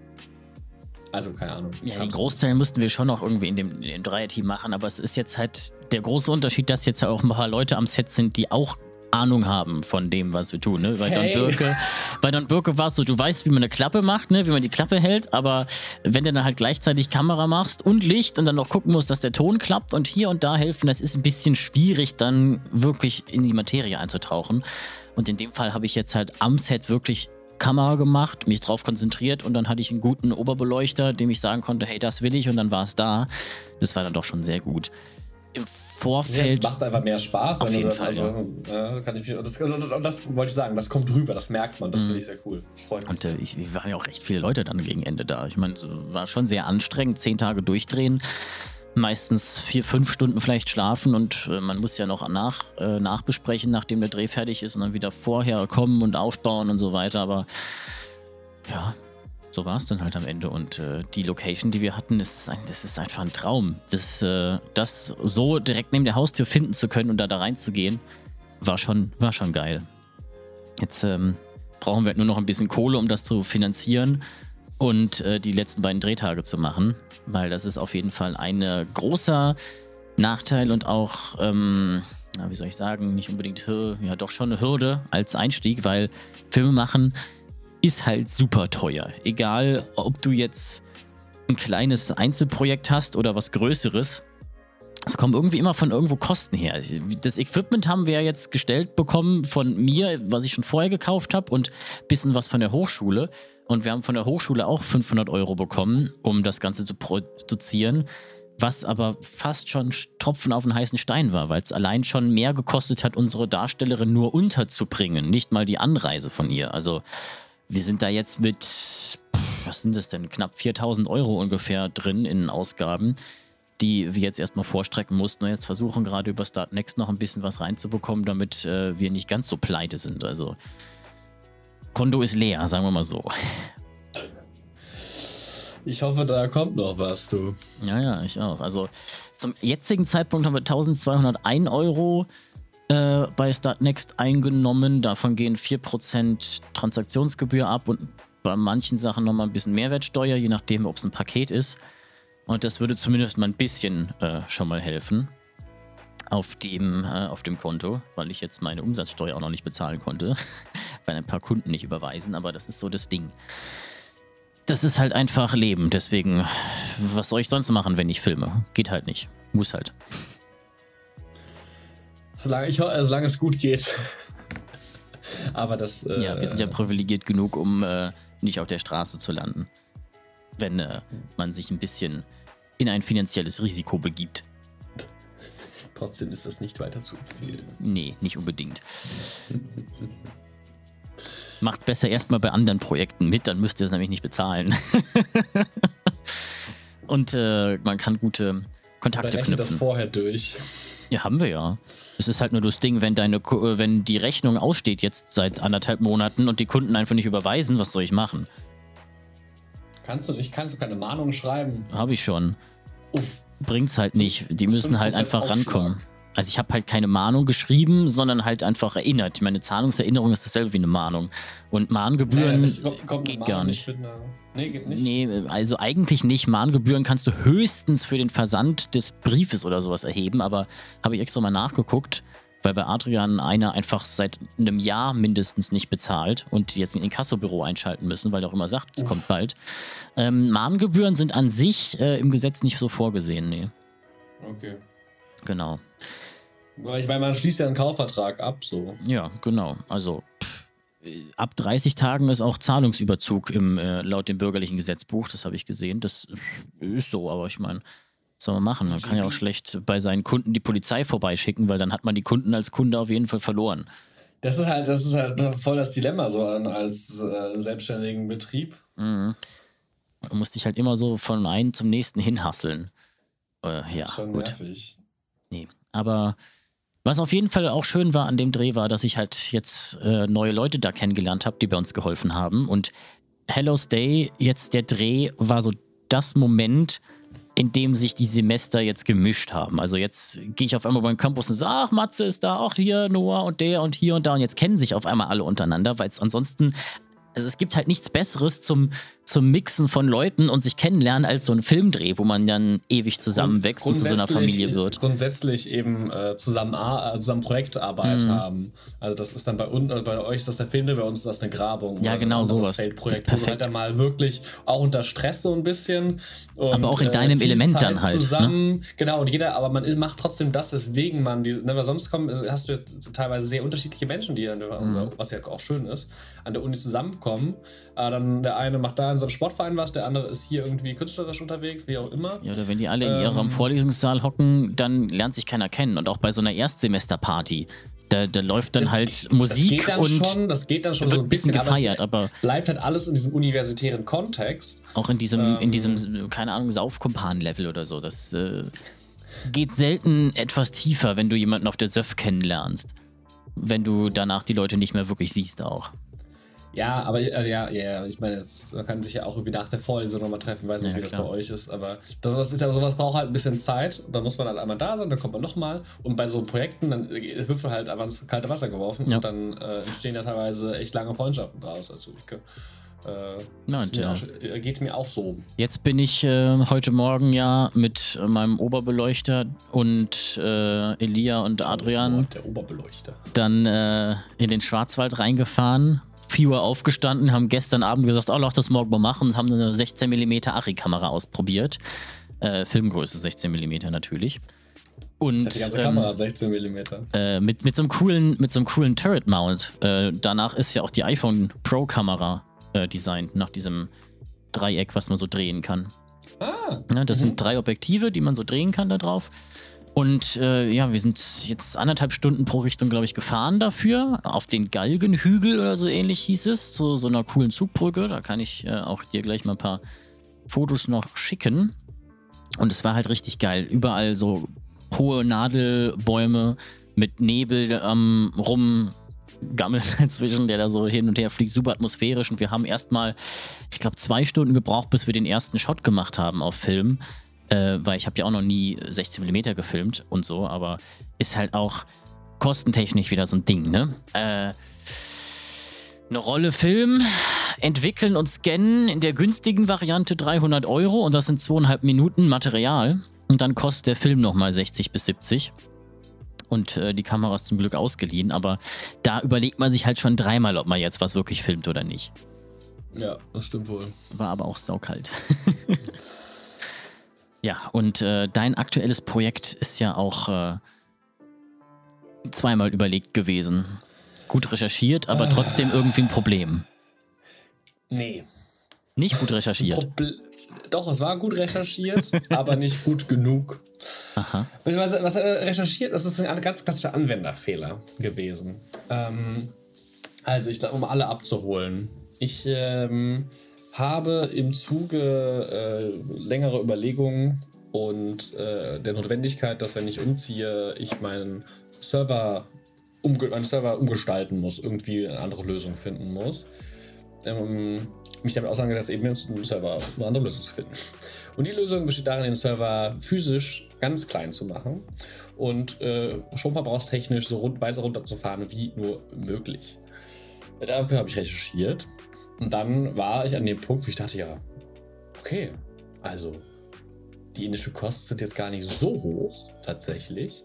also keine Ahnung.
Ja, den Großteil mussten wir schon noch irgendwie in dem, in dem Dreier-Team machen, aber es ist jetzt halt der große Unterschied, dass jetzt auch ein paar Leute am Set sind, die auch Ahnung haben von dem, was wir tun. Ne? Bei
hey.
Don Birke, bei Don Birke war es so, du weißt, wie man eine Klappe macht, ne? Wie man die Klappe hält, aber wenn du dann halt gleichzeitig Kamera machst und Licht und dann noch gucken musst, dass der Ton klappt und hier und da helfen, das ist ein bisschen schwierig, dann wirklich in die Materie einzutauchen. Und in dem Fall habe ich jetzt halt am Set wirklich Kamera gemacht, mich drauf konzentriert und dann hatte ich einen guten Oberbeleuchter, dem ich sagen konnte, hey, das will ich und dann war es da. Das war dann doch schon sehr gut. Im Vorfeld...
Es macht einfach mehr Spaß.
Auf jeden
oder,
Fall,
also, ja. Ja, kann ich, und, das, und das wollte ich sagen, das kommt rüber, das merkt man, das mhm. finde ich sehr cool. Freut mich.
Und äh, ich, waren ja auch recht viele Leute dann gegen Ende da. Ich meine, es war schon sehr anstrengend, zehn Tage durchdrehen. Meistens vier, fünf Stunden vielleicht schlafen und äh, man muss ja noch nach, äh, nachbesprechen, nachdem der Dreh fertig ist und dann wieder vorher kommen und aufbauen und so weiter, aber ja, so war es dann halt am Ende und äh, die Location, die wir hatten, das ist, ein, das ist einfach ein Traum. Das, äh, das so direkt neben der Haustür finden zu können und da, da reinzugehen, war schon, war schon geil. Jetzt ähm, brauchen wir halt nur noch ein bisschen Kohle, um das zu finanzieren und äh, die letzten beiden Drehtage zu machen. Weil das ist auf jeden Fall ein großer Nachteil und auch, ähm, na, wie soll ich sagen, nicht unbedingt, ja doch schon eine Hürde als Einstieg, weil Filme machen ist halt super teuer. Egal, ob du jetzt ein kleines Einzelprojekt hast oder was Größeres. Es kommen irgendwie immer von irgendwo Kosten her. Das Equipment haben wir ja jetzt gestellt bekommen von mir, was ich schon vorher gekauft habe und ein bisschen was von der Hochschule. Und wir haben von der Hochschule auch fünfhundert Euro bekommen, um das Ganze zu produzieren, was aber fast schon Tropfen auf den heißen Stein war, weil es allein schon mehr gekostet hat, unsere Darstellerin nur unterzubringen, nicht mal die Anreise von ihr. Also wir sind da jetzt mit, was sind das denn, knapp viertausend Euro ungefähr drin in Ausgaben, die wir jetzt erstmal vorstrecken mussten und jetzt versuchen gerade über Start Next noch ein bisschen was reinzubekommen, damit äh, wir nicht ganz so pleite sind. Also Konto ist leer, sagen wir mal so.
Ich hoffe, da kommt noch was, du.
Ja, ja, ich auch. Also zum jetzigen Zeitpunkt haben wir eintausendzweihundertein Euro äh, bei Start Next eingenommen. Davon gehen vier Prozent Transaktionsgebühr ab und bei manchen Sachen nochmal ein bisschen Mehrwertsteuer, je nachdem, ob es ein Paket ist. Und das würde zumindest mal ein bisschen äh, schon mal helfen auf dem, äh, auf dem Konto, weil ich jetzt meine Umsatzsteuer auch noch nicht bezahlen konnte, weil ein paar Kunden nicht überweisen, aber das ist so das Ding. Das ist halt einfach Leben, deswegen, was soll ich sonst machen, wenn ich filme? Geht halt nicht, muss halt.
Solange, ich, äh, solange es gut geht. Aber das... Äh,
ja, wir sind ja privilegiert genug, um äh, nicht auf der Straße zu landen. Wenn äh, man sich ein bisschen in ein finanzielles Risiko begibt.
Trotzdem ist das nicht weiter zu empfehlen.
Nee, nicht unbedingt. Macht besser erstmal bei anderen Projekten mit, dann müsst ihr es nämlich nicht bezahlen. Und äh, man kann gute Kontakte
knüpfen. Rechnet das vorher durch.
Ja, haben wir ja. Es ist halt nur das Ding, wenn deine, wenn die Rechnung aussteht jetzt seit anderthalb Monaten und die Kunden einfach nicht überweisen, was soll ich machen?
Kannst du nicht, kannst du keine Mahnung schreiben?
Habe ich schon.
Uff.
Bringt's halt nicht. Die müssen halt einfach Aufschlag. rankommen. Also ich habe halt keine Mahnung geschrieben, sondern halt einfach erinnert. Meine Zahlungserinnerung ist dasselbe wie eine Mahnung. Und Mahngebühren
ja, kommt, kommt
geht gar nicht.
nicht einer... Nee, geht nicht.
Nee, also eigentlich nicht. Mahngebühren kannst du höchstens für den Versand des Briefes oder sowas erheben, aber habe ich extra mal nachgeguckt, weil bei Adrian einer einfach seit einem Jahr mindestens nicht bezahlt und jetzt ein Inkassobüro einschalten müssen, weil er auch immer sagt, es Uff. kommt bald. Ähm, Mahngebühren sind an sich äh, im Gesetz nicht so vorgesehen, nee.
Okay.
Genau.
Weil ich meine, man schließt ja einen Kaufvertrag ab, so.
Ja, genau. Also pff, ab dreißig Tagen ist auch Zahlungsüberzug im, äh, laut dem bürgerlichen Gesetzbuch, das habe ich gesehen. Das ist so, aber ich meine, was soll man machen? Man kann ja auch schlecht bei seinen Kunden die Polizei vorbeischicken, weil dann hat man die Kunden als Kunde auf jeden Fall verloren.
Das ist halt, das ist halt voll das Dilemma so an, als äh, selbstständigen Betrieb.
Mhm. Man muss dich halt immer so von einem zum nächsten hinhasseln. Äh, ja,
schon
gut.
Nervig.
Nee, aber was auf jeden Fall auch schön war an dem Dreh war, dass ich halt jetzt äh, neue Leute da kennengelernt habe, die bei uns geholfen haben. Und Hello's Day, jetzt der Dreh, war so das Moment, in dem sich die Semester jetzt gemischt haben. Also jetzt gehe ich auf einmal beim Campus und sage, ach, Matze ist da, auch hier, Noah und der und hier und da. Und jetzt kennen sich auf einmal alle untereinander, weil es ansonsten... Also es gibt halt nichts Besseres zum, zum Mixen von Leuten und sich kennenlernen als so ein Filmdreh, wo man dann ewig zusammenwächst und zu so einer Familie wird.
Grundsätzlich eben äh, zusammen, äh, zusammen Projektarbeit mhm. haben. Also das ist dann bei uns, äh, bei euch ist das der Filmdreh, bei uns ist das eine Grabung.
Ja, genau
ein
sowas.
Feldprojekt, wo du halt dann mal wirklich auch unter Stress so ein bisschen. Und,
aber auch in deinem äh, Element
Zeit
dann halt.
Zusammen.
Ne?
Genau, und jeder, aber man macht trotzdem das, weswegen man die, ne, weil sonst kommen, hast du teilweise sehr unterschiedliche Menschen, die dann, mhm. was ja auch schön ist, an der Uni zusammenkommen. Äh, dann der eine macht da in seinem Sportverein was, der andere ist hier irgendwie künstlerisch unterwegs, wie auch immer.
Ja, oder wenn die alle in
ähm,
ihrem Vorlesungssaal hocken, dann lernt sich keiner kennen. Und auch bei so einer Erstsemesterparty, da, da läuft dann das, halt Musik
das geht dann
und
schon, das geht dann schon so ein bisschen
gefeiert, aber,
aber bleibt halt alles in diesem universitären Kontext.
Auch in diesem,
ähm,
in diesem, keine Ahnung, Saufkumpan-Level oder so. Das äh, geht selten etwas tiefer, wenn du jemanden auf der Söff kennenlernst. Wenn du danach die Leute nicht mehr wirklich siehst auch.
Ja, aber also ja, ja, ich meine, jetzt, man kann sich ja auch irgendwie nach der Vorlesung nochmal treffen, weiß nicht, ja, wie klar. das bei euch ist, aber das ist ja, sowas braucht halt ein bisschen Zeit und dann muss man halt einmal da sein, dann kommt man nochmal und bei so Projekten, dann es wird halt einfach ins kalte Wasser geworfen ja. und dann äh, entstehen ja teilweise echt lange Freundschaften draus. Also ich, Äh,
Na,
ist mir
ja.
auch, geht mir auch so.
Jetzt bin ich äh, heute Morgen ja mit äh, meinem Oberbeleuchter und äh, Elia und Adrian
Wort, der Oberbeleuchter.
dann äh, in den Schwarzwald reingefahren, vier Uhr aufgestanden, haben gestern Abend gesagt, oh, lass das morgen mal machen und haben eine sechzehn Millimeter Arri-Kamera ausprobiert. Äh, Filmgröße sechzehn Millimeter natürlich. Und,
die ganze
ähm,
Kamera hat sechzehn Millimeter.
Äh, mit, mit so einem coolen, mit so einem coolen Turret-Mount. Äh, danach ist ja auch die iPhone Pro-Kamera äh, designt, nach diesem Dreieck, was man so drehen kann.
Ah.
Ja, das
mhm.
sind drei Objektive, die man so drehen kann da drauf. Und äh, ja, wir sind jetzt anderthalb Stunden pro Richtung, glaube ich, gefahren dafür. Auf den Galgenhügel oder so ähnlich hieß es, zu so einer coolen Zugbrücke. Da kann ich äh, auch dir gleich mal ein paar Fotos noch schicken. Und es war halt richtig geil. Überall so hohe Nadelbäume mit Nebel am ähm, Rumgammeln inzwischen, der da so hin und her fliegt, super atmosphärisch. Und wir haben erstmal, ich glaube, zwei Stunden gebraucht, bis wir den ersten Shot gemacht haben auf Film. Äh, weil ich habe ja auch noch nie sechzehn Millimeter gefilmt und so, aber ist halt auch kostentechnisch wieder so ein Ding, ne? Äh, eine Rolle Film, entwickeln und scannen in der günstigen Variante dreihundert Euro und das sind zweieinhalb Minuten Material. Und dann kostet der Film nochmal sechzig bis siebzig. Und äh, die Kamera ist zum Glück ausgeliehen. Aber da überlegt man sich halt schon dreimal, ob man jetzt was wirklich filmt oder nicht.
Ja, das stimmt wohl.
War aber auch saukalt. Ja, und äh, dein aktuelles Projekt ist ja auch äh, zweimal überlegt gewesen. Gut recherchiert, aber trotzdem irgendwie ein Problem.
Nee.
Nicht gut recherchiert.
Probl- Doch, es war gut recherchiert, aber nicht gut genug.
Aha.
Was, was äh, recherchiert, das ist ein ganz klassischer Anwenderfehler gewesen. Ähm, also, ich, um alle abzuholen. Ich ähm, habe im Zuge äh, längerer Überlegungen und äh, der Notwendigkeit, dass, wenn ich umziehe, ich meinen Server, umge- meinen Server umgestalten muss, irgendwie eine andere Lösung finden muss. Ähm, mich damit auseinandergesetzt, eben im Server eine andere Lösung zu finden. Und die Lösung besteht darin, den Server physisch ganz klein zu machen und äh, stromverbrauchstechnisch so rund, weiter runterzufahren wie nur möglich. Dafür habe ich recherchiert und dann war ich an dem Punkt, wo ich dachte, ja, okay, also die Initial Costs sind jetzt gar nicht so hoch, tatsächlich.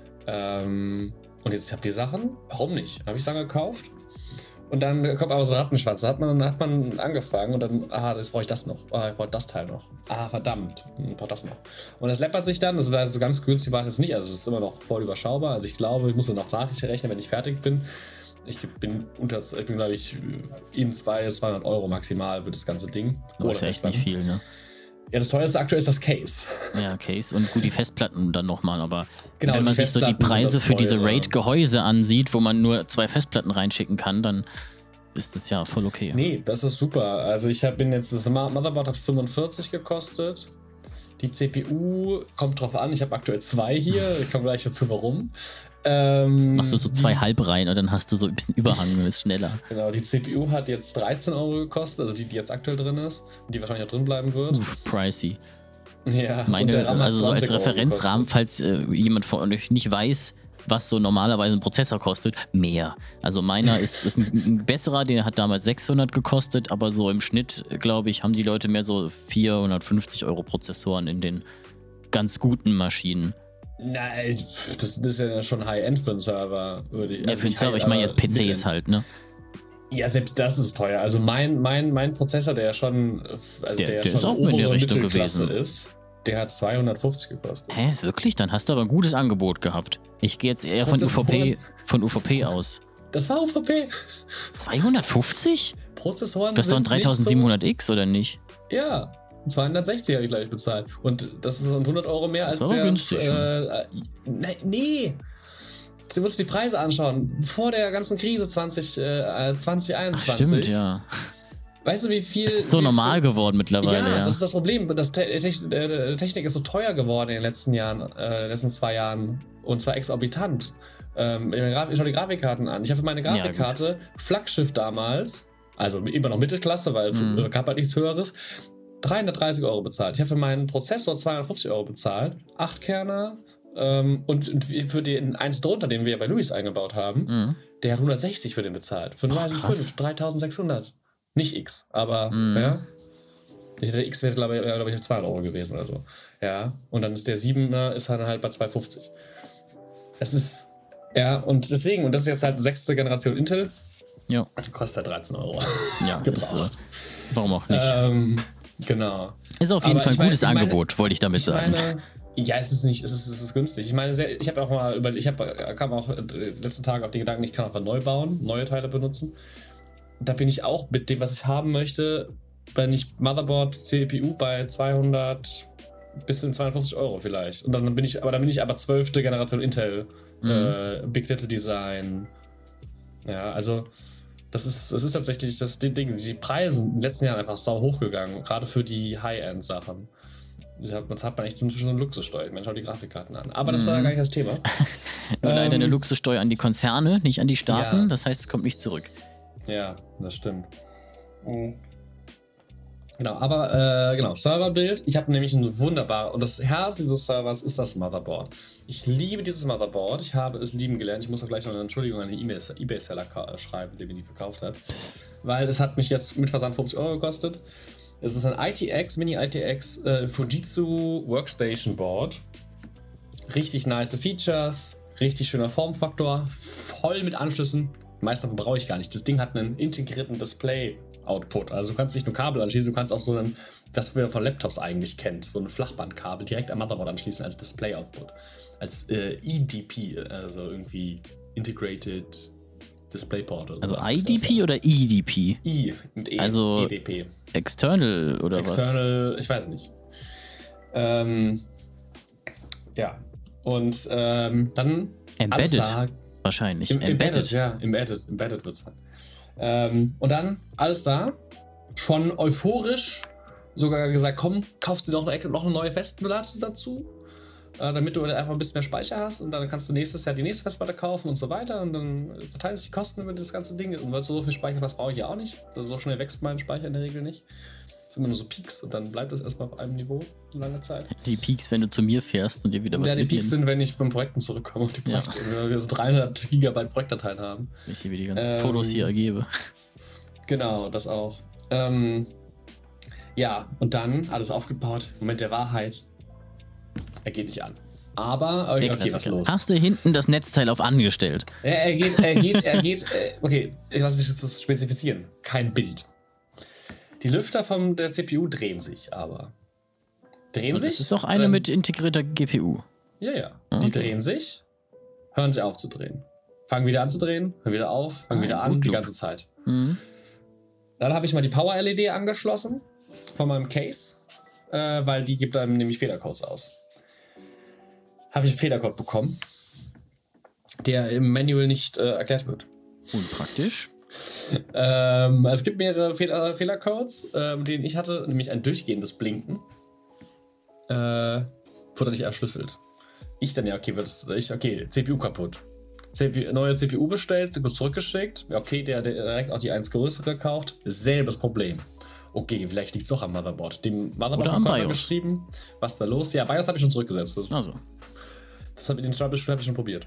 Ähm, und jetzt habe ich die Sachen, warum nicht? Habe ich Sachen gekauft. Und dann kommt aber so Rattenschwanz. Da hat man, hat man angefangen und dann, ah, jetzt brauche ich das noch. Ah, ich brauche das Teil noch. Ah, verdammt, ich brauche das noch. Und das läppert sich dann. Das war so ganz günstig, war es jetzt nicht. Also, es ist immer noch voll überschaubar. Also, ich glaube, ich muss dann noch nachrechnen, wenn ich fertig bin. Ich bin unter, ich bin, glaube ich, in zwei, zweihundert Euro maximal für das ganze Ding.
Oh, ist ja echt nicht viel, ne?
Ja, das teuerste aktuell ist das Case.
Ja, Case und gut, die Festplatten dann nochmal, aber
genau,
wenn man sich so die Preise für diese RAID-Gehäuse ansieht, wo man nur zwei Festplatten reinschicken kann, dann ist das ja voll okay.
Nee, das ist super. Also ich bin jetzt, das Motherboard hat fünfundvierzig gekostet. Die C P U kommt drauf an, ich habe aktuell zwei hier, ich komme gleich dazu, warum. Ähm,
Machst du so zwei Halbreihen und dann hast du so ein bisschen Überhang und ist schneller.
Genau, die C P U hat jetzt dreizehn Euro gekostet, also die, die jetzt aktuell drin ist und die wahrscheinlich auch drin bleiben wird.
Uff, pricey.
Ja,
meine, also so als Referenzrahmen, falls äh, jemand von euch nicht weiß, was so normalerweise ein Prozessor kostet, mehr. Also meiner ist, ist ein, ein besserer, der hat damals sechshundert gekostet, aber so im Schnitt, glaube ich, haben die Leute mehr so vierhundertfünfzig Euro Prozessoren in den ganz guten Maschinen.
Nein, das, das ist ja schon High-End für einen Server, würde ich.
Ja,
also
für den Server, ich meine jetzt P Cs halt, ne?
Ja, selbst das ist teuer. Also mein, mein, mein Prozessor, der ja schon, also der,
der,
ja
der
schon
ist auch in der Richtung gewesen.
Ist, der hat zweihundertfünfzig gekostet.
Hä, wirklich? Dann hast du aber ein gutes Angebot gehabt. Ich gehe jetzt eher von U V P, von U V P aus.
Das war U V P.
zweihundertfünfzig?
Prozessoren
Das ist doch ein dreitausendsiebenhundert X, oder nicht?
Ja, zweihundertsechzig habe ich gleich bezahlt. Und das ist hundert Euro mehr als
das war
der...
günstig,
äh, ne, nee. Du musst die Preise anschauen. Vor der ganzen Krise zwanzig, äh, zwanzig einundzwanzig.
Ach, stimmt, ja.
Weißt du, wie viel...
Das ist so normal
viel,
geworden mittlerweile, ja,
ja. das ist das Problem. Das Te- Techn- äh, Technik ist so teuer geworden in den letzten Jahren, äh, in den letzten zwei Jahren. Und zwar exorbitant. Ähm, ich schau die Grafikkarten an. Ich habe für meine Grafikkarte, ja, Flaggschiff damals, also immer noch Mittelklasse, weil
mhm.
gab halt nichts Höheres, dreihundertdreißig Euro bezahlt. Ich habe für meinen Prozessor zweihundertfünfzig Euro bezahlt, acht Kerner, ähm, und für den eins drunter, den wir bei Luis eingebaut haben, mhm. der hat hundertsechzig für den bezahlt. Für einen Ryzen fünf, dreitausendsechshundert. Nicht X, aber mm. ja. Der X wäre, glaube ich, glaub ich, zweihundert Euro gewesen oder so. Ja, und dann ist der siebener ist halt, halt bei zweihundertfünfzig. Das ist, ja, und deswegen, und das ist jetzt halt sechste Generation Intel.
Ja.
Kostet halt dreizehn Euro.
Ja, das, äh, warum auch nicht.
Ähm, genau.
Ist auf jeden
aber
Fall ein gutes
mein, ich
Angebot,
meine,
wollte ich damit
ich
sagen.
Meine, ja, es ist nicht, es ist, es ist günstig. Ich meine, sehr, ich habe auch mal über, ich habe, kam auch die letzten Tage auf den Gedanken, ich kann auch mal neu bauen, neue Teile benutzen. Da bin ich auch mit dem, was ich haben möchte, wenn ich Motherboard, C P U bei zweihundert bis in zweihundertfünfzig Euro vielleicht. Und dann bin ich, aber dann bin ich aber zwölfte Generation Intel, mhm. äh, Big Little Design. Ja, also das ist, das ist tatsächlich das Ding. Die Preise in den letzten Jahren einfach sau hochgegangen, gerade für die High-End-Sachen. Jetzt hat man echt so eine Luxussteuer. Man schaut die Grafikkarten an. Aber das mhm. war ja gar nicht das Thema.
Nur leider eine Luxussteuer an die Konzerne, nicht an die Staaten.
Ja.
Das heißt, es kommt nicht zurück.
Ja, das stimmt. Mhm. Genau, aber äh, genau, Serverbild. Ich habe nämlich ein wunderbar, und das Herz dieses Servers ist das Motherboard. Ich liebe dieses Motherboard. Ich habe es lieben gelernt. Ich muss auch gleich noch eine Entschuldigung an den eBay-Seller schreiben, der mir die verkauft hat. Weil es hat mich jetzt mit Versand fünfzig Euro gekostet. Es ist ein I T X, Mini-I T X äh, Fujitsu Workstation Board. Richtig nice Features, richtig schöner Formfaktor, voll mit Anschlüssen. Die meisten davon brauche ich gar nicht. Das Ding hat einen integrierten Display-Output. Also du kannst nicht nur Kabel anschließen, du kannst auch so einen, das wir von Laptops eigentlich kennt, so ein Flachbandkabel direkt am Motherboard anschließen als Display-Output. Als äh, E D P, also irgendwie Integrated DisplayPort. Oder
also I D P oder E D P?
I und E.
Also
E D P.
External oder
External,
was?
External, ich weiß nicht. Ähm, ja. Und ähm, dann
Embedded
da,
wahrscheinlich.
Im,
Embedded.
Embedded, ja. Embedded, Embedded wird es sein. Ähm, und dann alles da. Schon euphorisch. Sogar gesagt, komm, kaufst du doch noch, noch eine neue Festplatte dazu. Äh, damit du einfach ein bisschen mehr Speicher hast. Und dann kannst du nächstes Jahr die nächste Festplatte kaufen und so weiter. Und dann verteilen sich die Kosten über das ganze Ding. Und weil so viel Speicher, das brauche ich ja auch nicht. Das so schnell wächst mein Speicher in der Regel nicht. Das sind immer nur so Peaks und dann bleibt das erstmal auf einem Niveau eine lange Zeit.
Die Peaks, wenn du zu mir fährst und dir wieder was
Ja, die
mitnimmst.
Peaks sind, wenn ich beim Projekten zurückkomme und die Projekte, ja. wenn wir so dreihundert Gigabyte Projektdateien haben.
Ich hier die ganzen
ähm,
Fotos hier ergebe.
Genau, das auch. Ähm, ja, und dann alles aufgebaut. Moment der Wahrheit. Er geht nicht an. Aber, okay, okay, was los?
Hast du hinten das Netzteil auf angestellt?
Er, er geht, er geht, er geht, äh, okay, ich lass mich jetzt das spezifizieren. Kein Bild. Die Lüfter von der C P U drehen sich aber. Drehen
und
sich?
Das ist auch eine dann, mit integrierter G P U.
Ja, ja. Okay. Die drehen sich, hören sie auf zu drehen. Fangen wieder an zu drehen, hören wieder auf, fangen ah, wieder an, die ganze Zeit. Mhm. Dann habe ich mal die Power-L E D angeschlossen von meinem Case, äh, weil die gibt einem nämlich Fehlercodes aus. Habe ich einen Fehlercode bekommen, der im Manual nicht äh, erklärt wird.
Unpraktisch.
ähm, es gibt mehrere Fehler, Fehlercodes, ähm, den ich hatte, nämlich ein durchgehendes Blinken. Äh, wurde nicht erschlüsselt. Ich dann, ja, okay, wird es, ich, okay, C P U kaputt. C P U, neue C P U bestellt, zurückgeschickt. Okay, der, der direkt auch die eins größere gekauft. Selbes Problem. Okay, vielleicht liegt es auch am Motherboard. Dem Motherboard-Verkäufer geschrieben, was da los? Ja, BIOS habe ich schon zurückgesetzt.
Also.
Das habe ich, den Troubleshoot habe ich schon probiert.